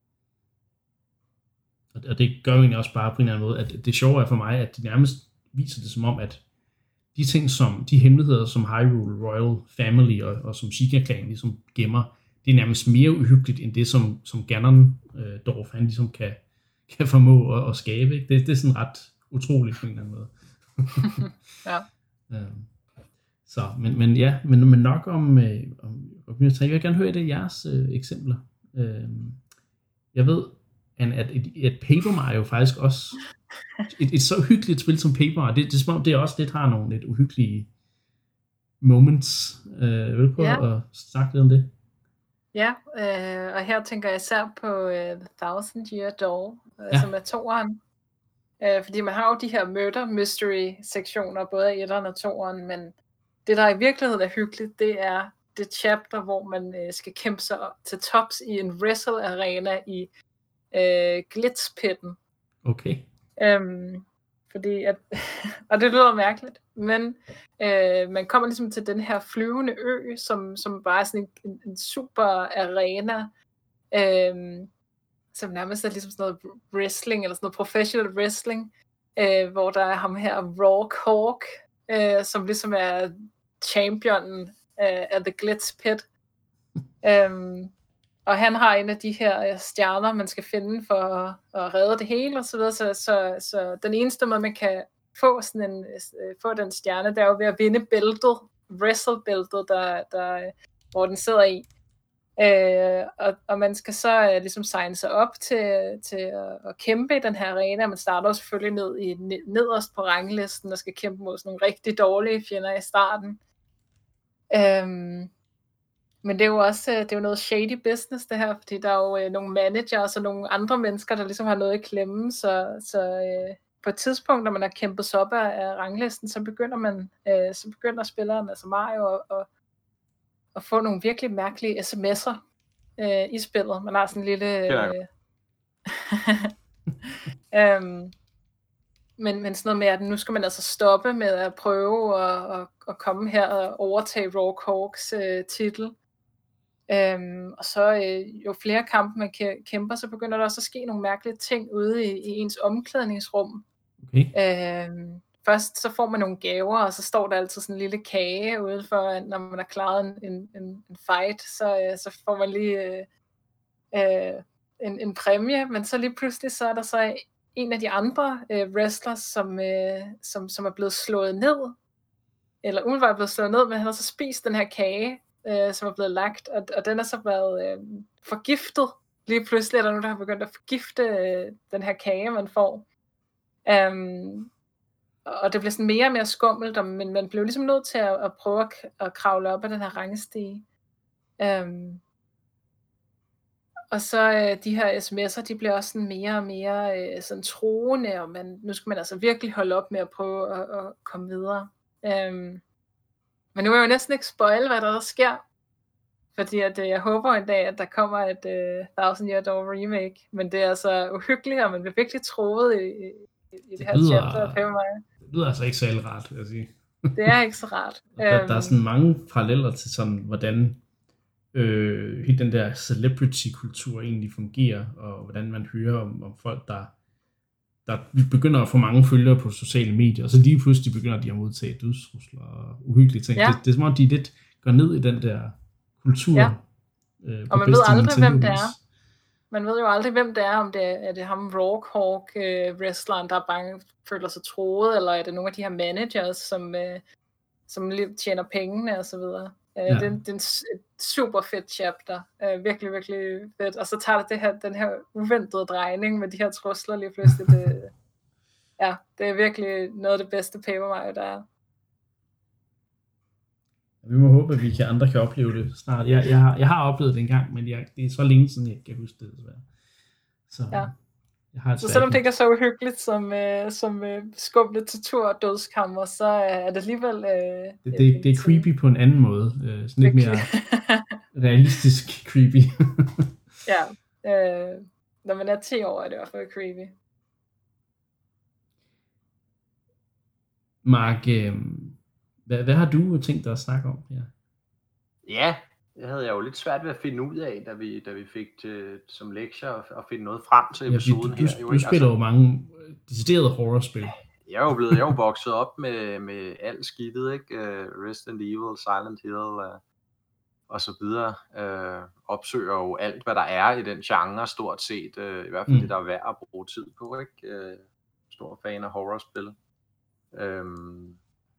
Og det gør jo egentlig også bare på en eller anden måde, at det sjove er for mig, at de nærmest viser det som om, at de ting, som de hemmeligheder, som Hyrule Royal Family og, og som Sheikah-klanen ligesom gemmer, det er nærmest mere uhyggeligt, end det, som, som Ganondorf, han ligesom kan kan formå at, at skabe, ikke? Det, det er sådan ret utroligt på en eller anden måde. ja. øhm, så, men, men ja, men, men nok om, øh, om, om jeg vil gerne høre et af jeres øh, eksempler. Øhm, jeg ved, at, at, at Paper Mario faktisk også, et, et så hyggeligt spil som Paper Mario, det, det er som om det er også lidt har nogle lidt uhyggelige moments. Øh, vil du prøve ja. at snakke lidt om det? Ja, øh, og her tænker jeg især på uh, The Thousand Year Door, øh, ja. som er toeren. Øh, fordi man har jo de her murder mystery sektioner, både i etteren og toeren, men det der i virkeligheden er hyggeligt, det er det chapter, hvor man øh, skal kæmpe sig til tops i en wrestle arena i øh, Glitzpitten. Okay. Øhm, fordi at, og det lyder mærkeligt, men øh, man kommer ligesom til den her flyvende ø, som, som bare er sådan en, en, en super arena, øh, som nærmest er ligesom sådan noget wrestling, eller sådan noget professional wrestling, øh, hvor der er ham her, Rourke Hawk, øh, som ligesom er championen øh, af The Glitz Pit. øh, Og han har en af de her stjerner, man skal finde for at, at redde det hele, og så videre. Så, så, så den eneste måde, man kan få, sådan en, få den stjerne, det er jo ved at vinde bæltet, wrestle-bæltet, der, der, hvor den sidder i. Øh, og, og man skal så uh, ligesom signe sig op til, til at, at kæmpe i den her arena. Man starter selvfølgelig ned i, nederst på ranglisten og skal kæmpe mod sådan nogle rigtig dårlige fjender i starten. Øhm, men det er jo også det er jo noget shady business, det her, fordi der er jo øh, nogle managers og nogle andre mennesker, der ligesom har noget i klemme, så, så øh, på et tidspunkt, når man har kæmpet sig op af, af ranglisten, så begynder man, øh, så begynder spilleren, altså Mario, at, at, at få nogle virkelig mærkelige sms'er øh, i spillet. Man har sådan en lille... Øh, øhm, men, men sådan noget med, at nu skal man altså stoppe med at prøve at, at, at komme her og overtage Raw Hawks øh, titel. Øhm, og så øh, jo flere kampe man kæmper, så begynder der også at ske nogle mærkelige ting ude i, i ens omklædningsrum. Okay. Øhm, først så får man nogle gaver, og så står der altid sådan en lille kage udenfor, når man har klaret en, en, en fight, så, øh, så får man lige øh, øh, en, en præmie, men så lige pludselig så er der så en af de andre øh, wrestlers, som, øh, som, som er blevet slået ned, eller umiddelbart blevet slået ned, men han har så spist den her kage, øh, som er blevet lagt, og, og den er så været øh, forgiftet. Lige pludselig er der nogen, der har begyndt at forgifte øh, den her kage, man får. Um, og det bliver sådan mere og mere skummelt, men man blev ligesom nødt til at, at prøve at, at kravle op ad den her rangstige. Um, og så øh, de her sms'er, de bliver også sådan mere og mere øh, sådan troende, og man, nu skal man altså virkelig holde op med at prøve at, at komme videre. Um, men nu er jeg jo næsten ikke spoil, hvad der, der sker, fordi at, øh, jeg håber en dag, at der kommer et øh, Thousand Year Door remake, men det er altså uhyggeligt, og man bliver virkelig troet i, i, i det, det her lyder, chapter af Paper Mario. Det lyder altså ikke særlig rart, vil jeg sige. Det er ikke så rart. der, der er sådan mange paralleller til sådan, hvordan øh, hele den der celebrity-kultur egentlig fungerer, og hvordan man hører om, om folk, der, der begynder at få mange følgere på sociale medier, og så lige pludselig begynder de at modtage dødstrusler og uhyggelige ting. Ja. Det, det er som om, de lidt går ned i den der kultur. Ja. Øh, og man ved aldrig, hvem det er. Man ved jo aldrig, hvem det er, om det er, er det ham Rawhawk, øh, wrestleren, der er bange, føler sig troet, eller er det nogle af de her managers, som, øh, som lige tjener pengene og så videre. Øh, ja. det, det er en et super fedt chapter. Øh, virkelig, virkelig fedt. Og så tager det, det her, den her uventede drejning med de her trusler lige pludselig. Det, ja, det er virkelig noget af det bedste Paper Mario, der er. Vi må håbe, at vi kan andre kan opleve det snart. Jeg, jeg, har, jeg har oplevet det engang, men jeg, det er så længe siden, jeg ikke kan huske det. Så, ja. jeg har så selvom det ikke er så uhyggeligt som, øh, som øh, skumle tortur og dødskammer, så er det alligevel... Øh, det, det, det er creepy på en anden måde. Øh, sådan lidt mere realistisk creepy. ja. Øh, når man er ti år, er det i hvert fald creepy. Mark... Øh, Hvad, hvad har du tænkt dig at snakke om her? Ja, det havde jeg jo lidt svært ved at finde ud af, da vi, da vi fik til, som lektier at finde noget frem til episoden ja, du, her. Du, du spiller jo altså, mange deciderede horrorspil. Jeg er jo blevet, jeg er jo vokset op med, med alt skidtet, ikke? Uh, Resident Evil, Silent Hill uh, og så videre. Uh, opsøger jo alt, hvad der er i den genre, stort set. Uh, I hvert fald mm. det, der er værd at bruge tid på, ikke? Uh, stor fan af horrorspil. Um,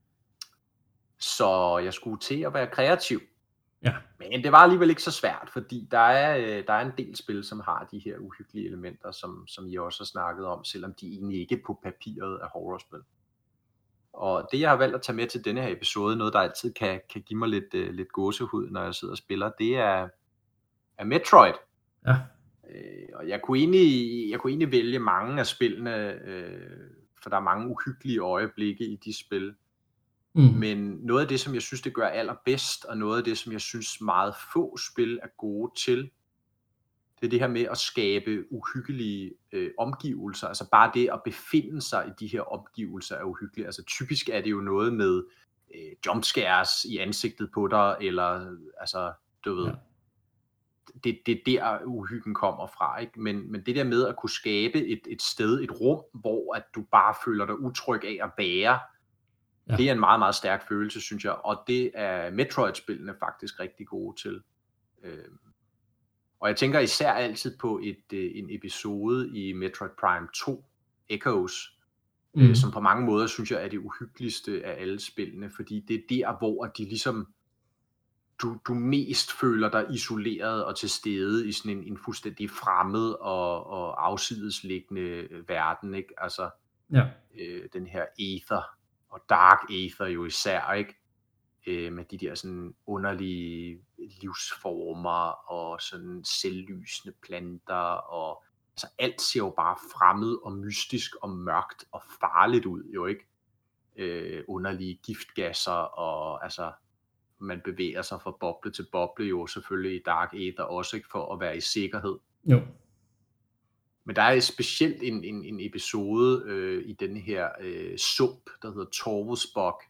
Så jeg skulle til at være kreativ. Ja. Men det var alligevel ikke så svært, fordi der er, der er en del spil, som har de her uhyggelige elementer, som, som I også har snakket om, selvom de egentlig ikke på papiret er horrorspil. Og det, jeg har valgt at tage med til denne her episode, noget der altid kan, kan give mig lidt, uh, lidt gåsehud, når jeg sidder og spiller, det er, er Metroid. Ja. Øh, og jeg kunne, egentlig, jeg kunne egentlig vælge mange af spillene, øh, for der er mange uhyggelige øjeblikke i de spil. Mm. Men noget af det, som jeg synes, det gør allerbedst, og noget af det, som jeg synes meget få spil er gode til, det er det her med at skabe uhyggelige øh, omgivelser. Altså bare det at befinde sig i de her omgivelser er uhyggeligt. Altså typisk er det jo noget med øh, jumpscares i ansigtet på dig, eller altså, du ved, ja. det, det er der uhyggen kommer fra, ikke? Men, men det der med at kunne skabe et, et sted, et rum, hvor at du bare føler dig utryg af at være, ja. Det er en meget, meget stærk følelse, synes jeg, og det er Metroid-spillene faktisk rigtig gode til. Øhm, og jeg tænker især altid på et, øh, en episode i Metroid Prime to, Echoes, mm. øh, som på mange måder, synes jeg, er det uhyggeligste af alle spillene, fordi det er der, hvor de ligesom, du, du mest føler dig isoleret og til stede i sådan en, en fuldstændig fremmed og, og afsidesliggende verden, ikke? Altså, ja. øh, den her Aether, og Dark Aether jo især, ikke? øh, med de der sådan underlige livsformer og sådan selvlysende planter, og altså alt ser jo bare fremmed og mystisk og mørkt og farligt ud, jo ikke? Øh, underlige giftgasser, og altså man bevæger sig fra boble til boble, jo selvfølgelig i Dark Aether også, ikke, for at være i sikkerhed. Jo. Men der er specielt en, en, en episode øh, i denne her øh, sump, der hedder Torvusbog,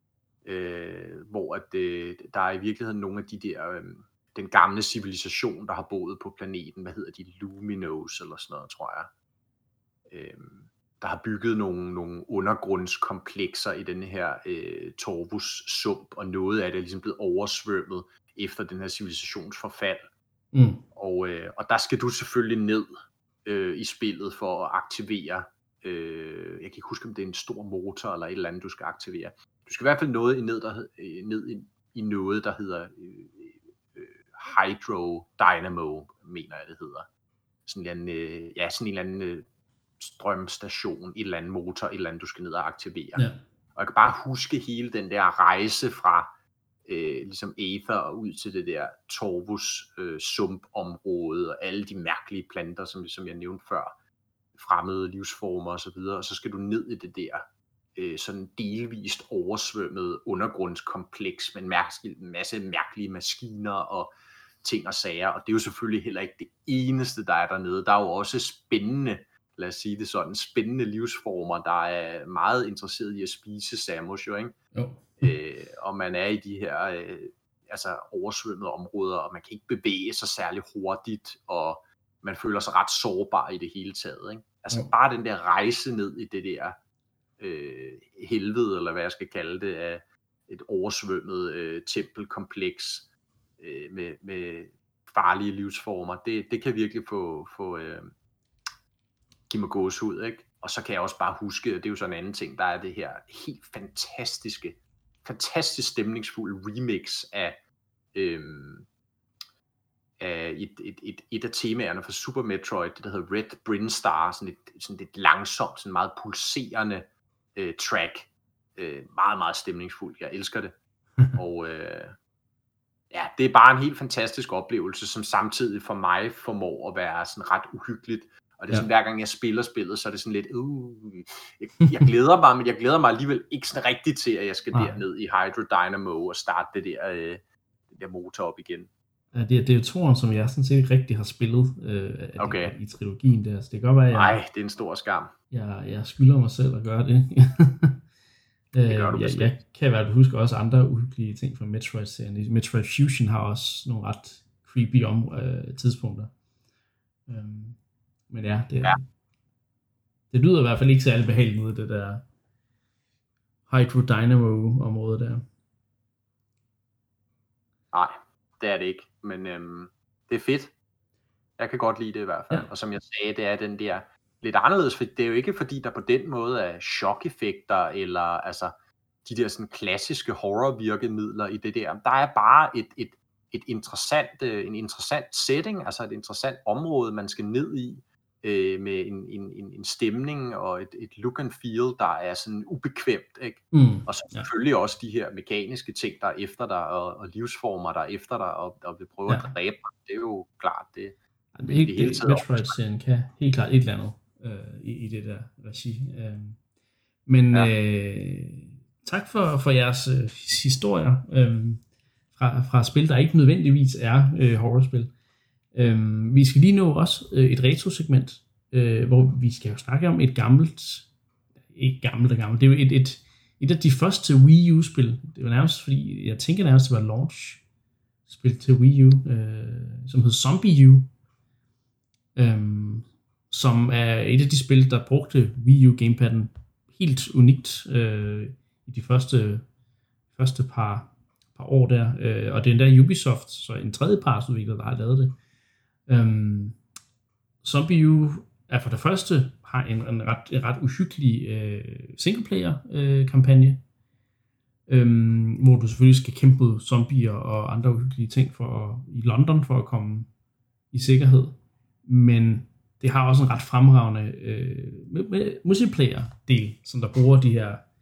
øh, hvor at, øh, der er i virkeligheden nogle af de der, øh, den gamle civilisation, der har boet på planeten, hvad hedder de, Luminos eller sådan noget, tror jeg, øh, der har bygget nogle, nogle undergrundskomplekser i denne her øh, Torvus sump, og noget af det er ligesom blevet oversvømmet efter den her civilisations forfald. Mm. Og, øh, og der skal du selvfølgelig ned øh, i spillet for at aktivere, øh, jeg kan ikke huske, om det er en stor motor eller et eller andet, du skal aktivere. Du skal i hvert fald noget ned, der, øh, ned i, i noget, der hedder øh, øh, Hydro Dynamo, mener jeg det hedder. Sådan en, øh, ja, sådan en eller anden øh, strømstation, et eller andet motor, et eller andet, du skal ned og aktivere. Ja. Og jeg kan bare huske hele den der rejse fra øh, ligesom Aether og ud til det der Torvus øh, sumpområde, og alle de mærkelige planter, som, som jeg nævnte før, fremmede livsformer og så videre, og så skal du ned i det der øh, sådan delvist oversvømmede undergrundskompleks med en mærke, masse mærkelige maskiner og ting og sager, og det er jo selvfølgelig heller ikke det eneste, der er dernede. Der er jo også spændende, lad os sige det sådan, spændende livsformer, der er meget interesseret i at spise Samus, jo, ikke? Jo. Øh, og man er i de her øh, altså oversvømmede områder, og man kan ikke bevæge sig særlig hurtigt, og man føler sig ret sårbar i det hele taget, ikke? Altså jo. Bare den der rejse ned i det der øh, helvede, eller hvad jeg skal kalde det, af et oversvømmet øh, tempelkompleks øh, med, med farlige livsformer, det, det kan virkelig få, få øh, give mig gåsehud, ikke? Og så kan jeg også bare huske, og det er jo sådan en anden ting, der er det her helt fantastiske, fantastisk stemningsfulde remix af, øhm, af et, et, et, et af temaerne fra Super Metroid, det der hedder Red Brinstar, sådan et, sådan et langsomt, sådan meget pulserende øh, track. Øh, meget, meget stemningsfuldt. Jeg elsker det. Og øh, ja, det er bare en helt fantastisk oplevelse, som samtidig for mig formår at være sådan ret uhyggeligt. Og det er sådan, ja. Hver gang jeg spiller spillet, så er det sådan lidt, uh, jeg, jeg glæder mig, men jeg glæder mig alligevel ikke sådan rigtigt til, at jeg skal Nej. derned i Hydro Dynamo og starte det der, øh, det der motor op igen. Ja, det, er, det er jo toren, som jeg sådan set ikke rigtig har spillet øh, okay. i, i trilogien der, så det kan godt være, jeg... Nej, det er en stor skam. Jeg, jeg skylder mig selv at gøre det. det gør du jeg, jeg kan i hvert fald huske også andre uhyggelige ting fra Metroid-serien. Metroid Fusion har også nogle ret creepy om, øh, tidspunkter. Um, Men ja, det, ja. det lyder i hvert fald ikke særlig behageligt ud, det der Hydro Dynamo-område der. Nej, det er det ikke, men øhm, det er fedt. Jeg kan godt lide det i hvert fald, ja. Og som jeg sagde, det er den der lidt anderledes, for det er jo ikke fordi, der på den måde er chok-effekter, eller altså de der sådan klassiske horror-virkemidler i det der. Der er bare et, et, et interessant, en interessant setting, altså et interessant område, man skal ned i, med en, en, en stemning og et, et look and feel, der er sådan ubekvemt, ikke? Mm, og så selvfølgelig ja. Også de her mekaniske ting, der er efter dig, og, og livsformer, der er efter dig, og, og vil prøve ja. At dræbe dig. Det er jo klart, det, ja, det, det, det hele taget. Metroid-serien kan helt klart et eller andet øh, i, i det der regi. Øh. Men ja. øh, tak for, for jeres øh, historier øh, fra, fra spil, der ikke nødvendigvis er øh, horrorspil. Øhm, vi skal lige nå også øh, et retro-segment, øh, hvor vi skal jo snakke om et gammelt, ikke gammelt og gammelt, det er jo et, et, et af de første Wii U-spil. Det var nærmest, fordi jeg tænker nærmest, det var launch-spil til Wii U, øh, som hed Zombie U, øh, som er et af de spil, der brugte Wii U-gamepadden helt unikt øh, i de første, første par, par år der, øh, og det er endda Ubisoft, så en tredjepartsudvikler, der har lavet det. Um, Zombie U er for det første har en, en, ret, en ret uhyggelig uh, singleplayer uh, kampagne, um, hvor du selvfølgelig skal kæmpe mod zombier og andre uhyggelige ting for at, i London for at komme i sikkerhed, men det har også en ret fremragende uh, multiplayer del, som der bruger de her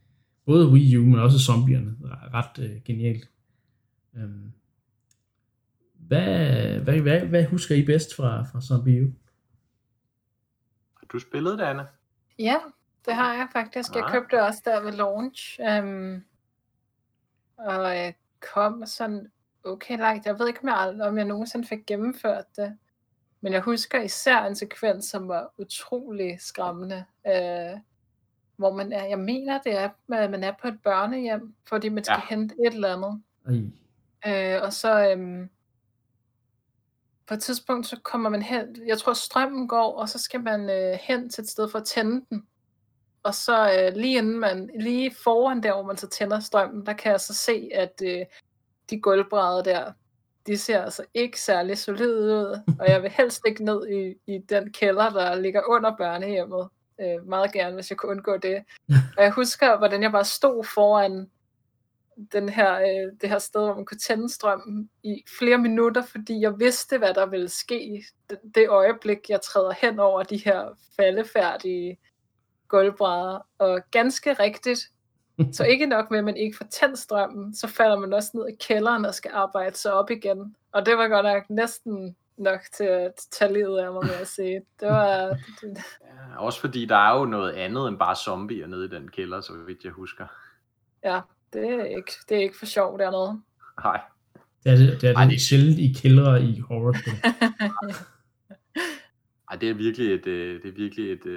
både Wii U, men også zombierne. Ret øh, genialt. Øhm. Hvad, hvad, hvad, hvad husker I bedst fra, fra Zombie U? Har du spillet det, Anna? Ja, det har jeg faktisk. Jeg Ah. købte også der ved launch. Um, og jeg kom sådan okay langt. Jeg ved ikke, om jeg, om jeg nogensinde fik gennemført det. Men jeg husker især en sekvens, som var utrolig skræmmende. Uh, hvor man er, jeg mener, det er, at man er på et børnehjem, fordi man skal ja. hente et eller andet. Uh, og så... Um, På et tidspunkt, så kommer man hen, jeg tror strømmen går, og så skal man øh, hen til et sted for at tænde den. Og så øh, lige inden man, lige foran der, hvor man så tænder strømmen, der kan jeg så se, at øh, de gulvbrædder der, de ser altså ikke særlig solide ud. Og jeg vil helst ikke ned i, i den kælder, der ligger under børnehjemmet. Øh, meget gerne, hvis jeg kunne undgå det. Og jeg husker, hvordan jeg bare stod foran den her, øh, det her sted, hvor man kunne tænde strømmen i flere minutter, fordi jeg vidste, hvad der ville ske det, det øjeblik, jeg træder hen over de her faldefærdige gulvbrædder. Og ganske rigtigt, så ikke nok med, at man ikke får tændt strømmen, så falder man også ned i kælderen og skal arbejde sig op igen. Og det var godt nok næsten nok til at tage livet af mig, med at sige. Det var... Det... Ja, også fordi der er jo noget andet end bare zombier nede i den kælder, så vidt jeg husker. Ja. Det er ikke, det er ikke for sjov dernede. Nej. Det er det, det, er det, det. sjældent i kældre i horrorspil. Ej, det er virkelig et, det er virkelig et,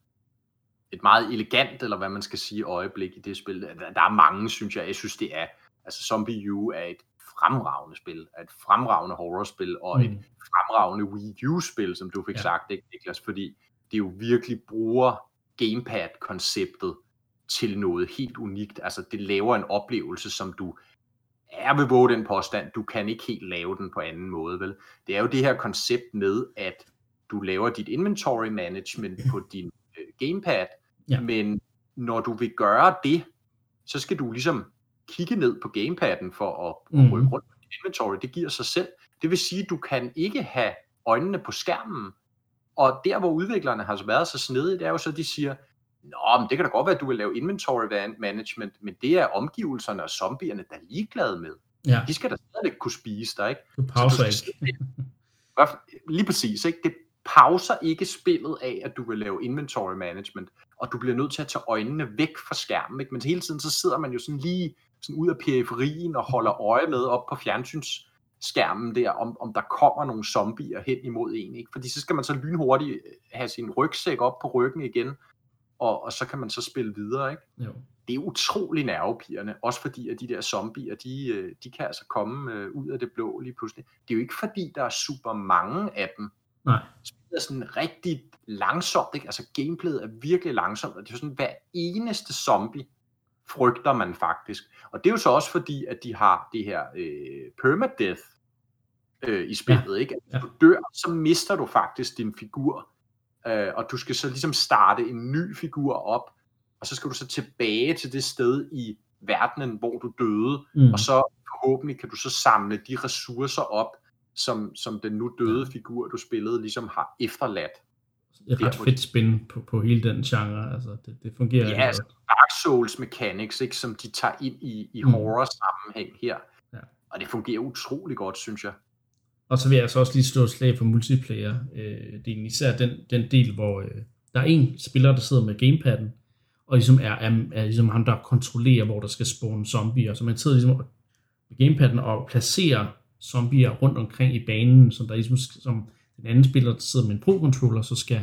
et meget elegant, eller hvad man skal sige, øjeblik i det spil. Der er mange, synes jeg. Jeg synes, det er, altså Zombie U er et fremragende spil, er et fremragende horrorspil, og mm. et fremragende Wii U-spil, som du fik ja. sagt, ikke, Niklas? Fordi det jo virkelig bruger gamepad-konceptet til noget helt unikt. Altså, det laver en oplevelse, som du er ved våge den påstand, du kan ikke helt lave den på anden måde, vel? Det er jo det her koncept med, at du laver dit inventory management på din øh, gamepad, ja. Men når du vil gøre det, så skal du ligesom kigge ned på gamepadden for at mm. rykke rundt på dit inventory. Det giver sig selv. Det vil sige, at du kan ikke have øjnene på skærmen. Og der, hvor udviklerne har været så snedige, det er jo så, de siger, nå, men det kan da godt være, at du vil lave inventory management, men det er omgivelserne og zombierne, der er ligeglade med. Ja. De skal da stadig kunne spise dig, ikke? Du pauser du ikke. Lige præcis, ikke? Det pauser ikke spillet af, at du vil lave inventory management, og du bliver nødt til at tage øjnene væk fra skærmen, ikke? Men hele tiden så sidder man jo sådan lige sådan ud af periferien og holder øje med op på fjernsynsskærmen der, om, om der kommer nogle zombier hen imod en, ikke? Fordi så skal man så lynhurtigt have sin rygsæk op på ryggen igen, Og, og så kan man så spille videre, ikke? Jo. Det er utrolig nervepirrende, også fordi at de der zombier, de, de kan altså komme øh, ud af det blå lige pludselig. Det er jo ikke fordi, der er super mange af dem. Nej. Spillet er sådan rigtig langsomt, ikke? Altså gameplayet er virkelig langsomt, og det er jo sådan, hver eneste zombie frygter man faktisk. Og det er jo så også fordi, at de har det her øh, permadeath øh, i spillet, ja. Ikke? At du dør, så mister du faktisk din figur. Uh, og du skal så ligesom starte en ny figur op, og så skal du så tilbage til det sted i verdenen, hvor du døde, mm. og så forhåbentlig kan du så samle de ressourcer op, som, som den nu døde ja. figur, du spillede, ligesom har efterladt. Det er ret fedt spin på, på hele den genre, altså det, det fungerer. Ja, altså Dark Souls mechanics, ikke, som de tager ind i, i mm. horror-sammenhæng her, ja. Og det fungerer utrolig godt, synes jeg. Og så vil jeg så også lige stå et slag for multiplayer-delen, især den, den del, hvor øh, der er en spiller, der sidder med gamepadden, og ligesom er, er, er ligesom ham, der kontrollerer, hvor der skal spawne zombier, så man sidder ligesom med gamepadden og placerer zombier rundt omkring i banen, som der ligesom, som den anden spiller, der sidder med en pro-controller, så skal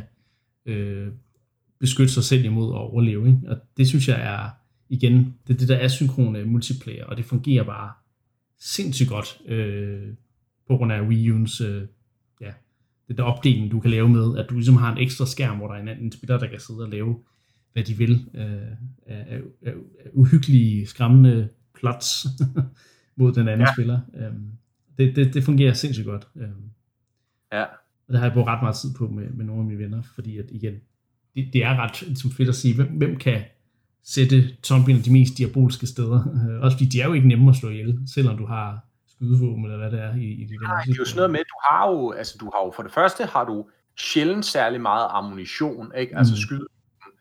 øh, beskytte sig selv imod at overleve, ikke? Og det synes jeg er, igen, det er det der asynkrone multiplayer, og det fungerer bare sindssygt godt, øh, på grund af Wii U's, øh, ja, det der opdeling, du kan lave med, at du ligesom har en ekstra skærm, hvor der er en anden spiller, der kan sidde og lave, hvad de vil, øh, af, af, af uhyggelige, skræmmende plots mod den anden ja. spiller. Um, det, det, det fungerer sindssygt godt. Um, ja. Og det har jeg brugt ret meget tid på med, med nogle af mine venner, fordi at igen, det, det er ret ligesom fedt at sige, hvem, hvem kan sætte zombierne de mest diabolske steder. Uh, også fordi de er jo ikke nemme at slå ihjel, selvom du har skydevåben, eller hvad det er i, i de Nej, det er jo sådan noget med, du har jo, altså du har jo, for det første har du sjældent særlig meget ammunition, ikke? Altså mm. skyde.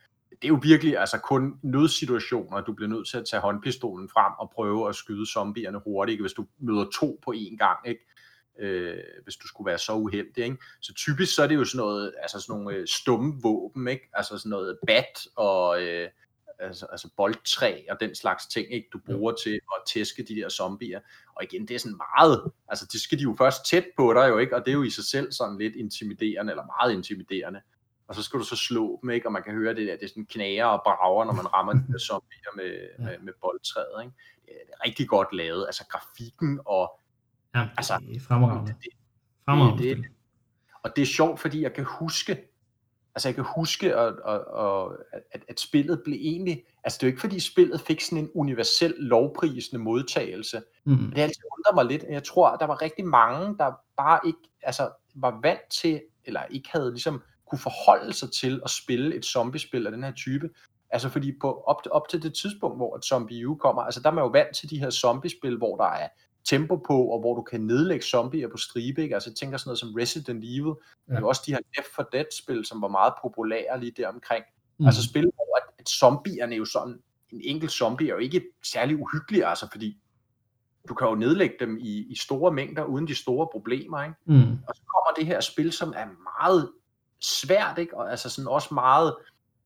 det er jo virkelig altså kun nødsituationer, du bliver nødt til at tage håndpistolen frem og prøve at skyde zombierne hurtigt, hvis du møder to på én gang, ikke? Øh, hvis du skulle være så uheldig, ikke? Så typisk så er det jo sådan noget, altså sådan nogle øh, stumme våben, ikke? Altså sådan noget bat og øh, altså, altså boldtræ og den slags ting, ikke? Du bruger til at tæske de der zombier. Og igen, det er sådan meget, altså det skal de jo først tæt på dig jo, ikke? Og det er jo i sig selv sådan lidt intimiderende, eller meget intimiderende. Og så skal du så slå dem, ikke? Og man kan høre det der, det er sådan knager og brager, når man rammer de der zombier med, ja. med, med boldtræet, ikke? Det er rigtig godt lavet, altså grafikken og ja, altså, det er fremragende. Det, fremragende. Det, det, og det er sjovt, fordi jeg kan huske, altså jeg kan huske, at, at, at, at spillet blev egentlig, altså det er jo ikke fordi spillet fik sådan en universel lovprisende modtagelse. Mm. Det har altid undret mig lidt. Jeg tror, at der var rigtig mange, der bare ikke altså, var vant til, eller ikke havde ligesom kunne forholde sig til at spille et zombiespil af den her type. Altså fordi på, op, op til det tidspunkt, hvor et Zombie U kommer, altså der er man jo vant til de her zombiespil, hvor der er tempo på, og hvor du kan nedlægge zombier på stribe, ikke? Altså jeg tænker sådan noget som Resident Evil, ja. Men også de her Left four Dead-spil, som var meget populære lige der omkring. Mm. Altså spil, hvor at, at zombierne jo sådan, en enkelt zombie er jo ikke særlig uhyggelig, altså fordi du kan jo nedlægge dem i, i store mængder, uden de store problemer, ikke? Mm. Og så kommer det her spil, som er meget svært, ikke? Og altså sådan også meget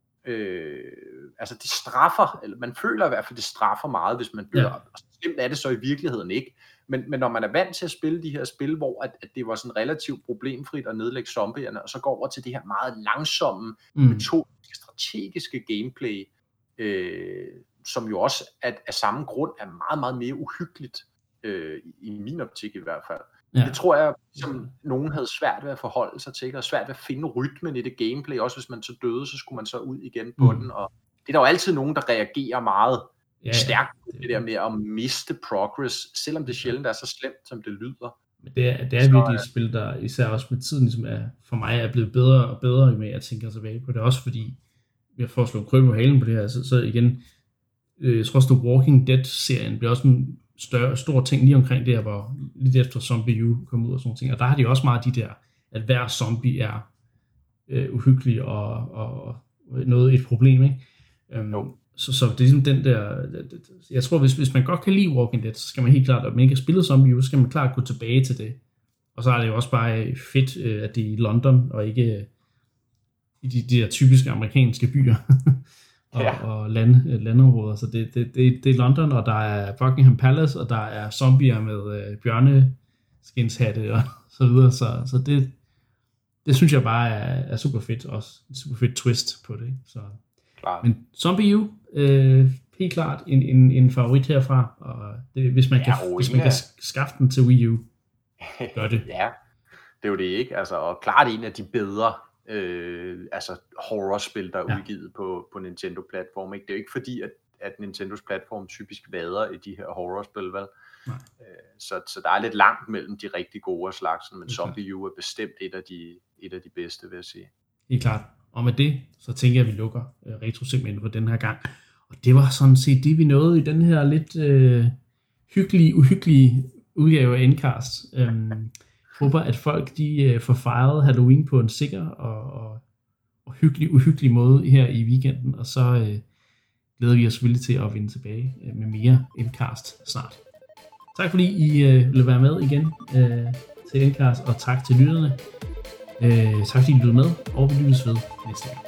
øh, altså det straffer, eller man føler i hvert fald, det straffer meget, hvis man dør. Ja. Og slemt er det så i virkeligheden ikke. Men, men når man er vant til at spille de her spil, hvor at, at det var sådan relativt problemfrit at nedlægge zombierne, og så går over til det her meget langsomme, mm. metodiske, strategiske gameplay, øh, som jo også at, af samme grund er meget, meget mere uhyggeligt, øh, i, i min optik i hvert fald. Ja. Det tror jeg, som nogen havde svært ved at forholde sig til, og svært ved at finde rytmen i det gameplay. Også hvis man så døde, så skulle man så ud igen på mm. den. Og det er der jo altid nogen, der reagerer meget ja, stærkt på det der med at miste progress, selvom det sjældent er så slemt, som det lyder. Men det er, det er virkelig et spil, der især også med tiden ligesom er, for mig er blevet bedre og bedre med at tænke tilbage på det. Også fordi, jeg får slået krøb på halen på det her, så, så igen, jeg tror også, at Walking Dead-serien bliver også en større, stor ting lige omkring det her, hvor lidt efter Zombie U kom ud og sådan ting. Og der har de også meget de der, at hver zombie er øh, uhyggelig og, og, og noget et problem, ikke? Um, så, så det er ligesom den der, jeg tror, hvis, hvis man godt kan lide Walking Dead, så skal man helt klart, at man ikke har spillet Zombie U, så skal man klart gå tilbage til det. Og så er det jo også bare fedt, at det er i London, og ikke i de, de der typiske amerikanske byer. Og, ja. og land, landområder, så det, det, det, det er London, og der er Buckingham Palace, og der er zombier med øh, bjørneskinshatte og så videre, så, så det, det synes jeg bare er, er super fedt, også en super fedt twist på det, så. Klar. Men Zombie U, øh, helt klart en, en, en favorit herfra, og det, hvis man, ja, kan, hvis man kan skaffe den til Wii U, gør det. Ja, det er jo det ikke, altså, og klart en af de bedre Øh, altså horrorspil, der er ja. udgivet på, på Nintendo-platform. Ikke? Det er jo ikke fordi, at, at Nintendos platform typisk vader i de her horrorspil, vel? Øh, så, så der er lidt langt mellem de rigtig gode slagsen, men Zombie U er bestemt et af, de, et af de bedste, vil jeg sige. Helt klart. Og med det, så tænker jeg, at vi lukker uh, retrosegmentet for den her gang. Og det var sådan set det, vi nåede i den her lidt øh, hyggelige, uhyggelige udgave af Endcast. Um, håber, at folk de øh, får fejret Halloween på en sikker og, og, og hyggelig, uhyggelig måde her i weekenden, og så øh, glæder vi os selvfølgelig til at vende tilbage øh, med mere Endcast snart. Tak fordi I øh, ville være med igen øh, til Endcast, og tak til lytterne. Øh, tak fordi I lyttede med, og vi lyttes ved næste gang.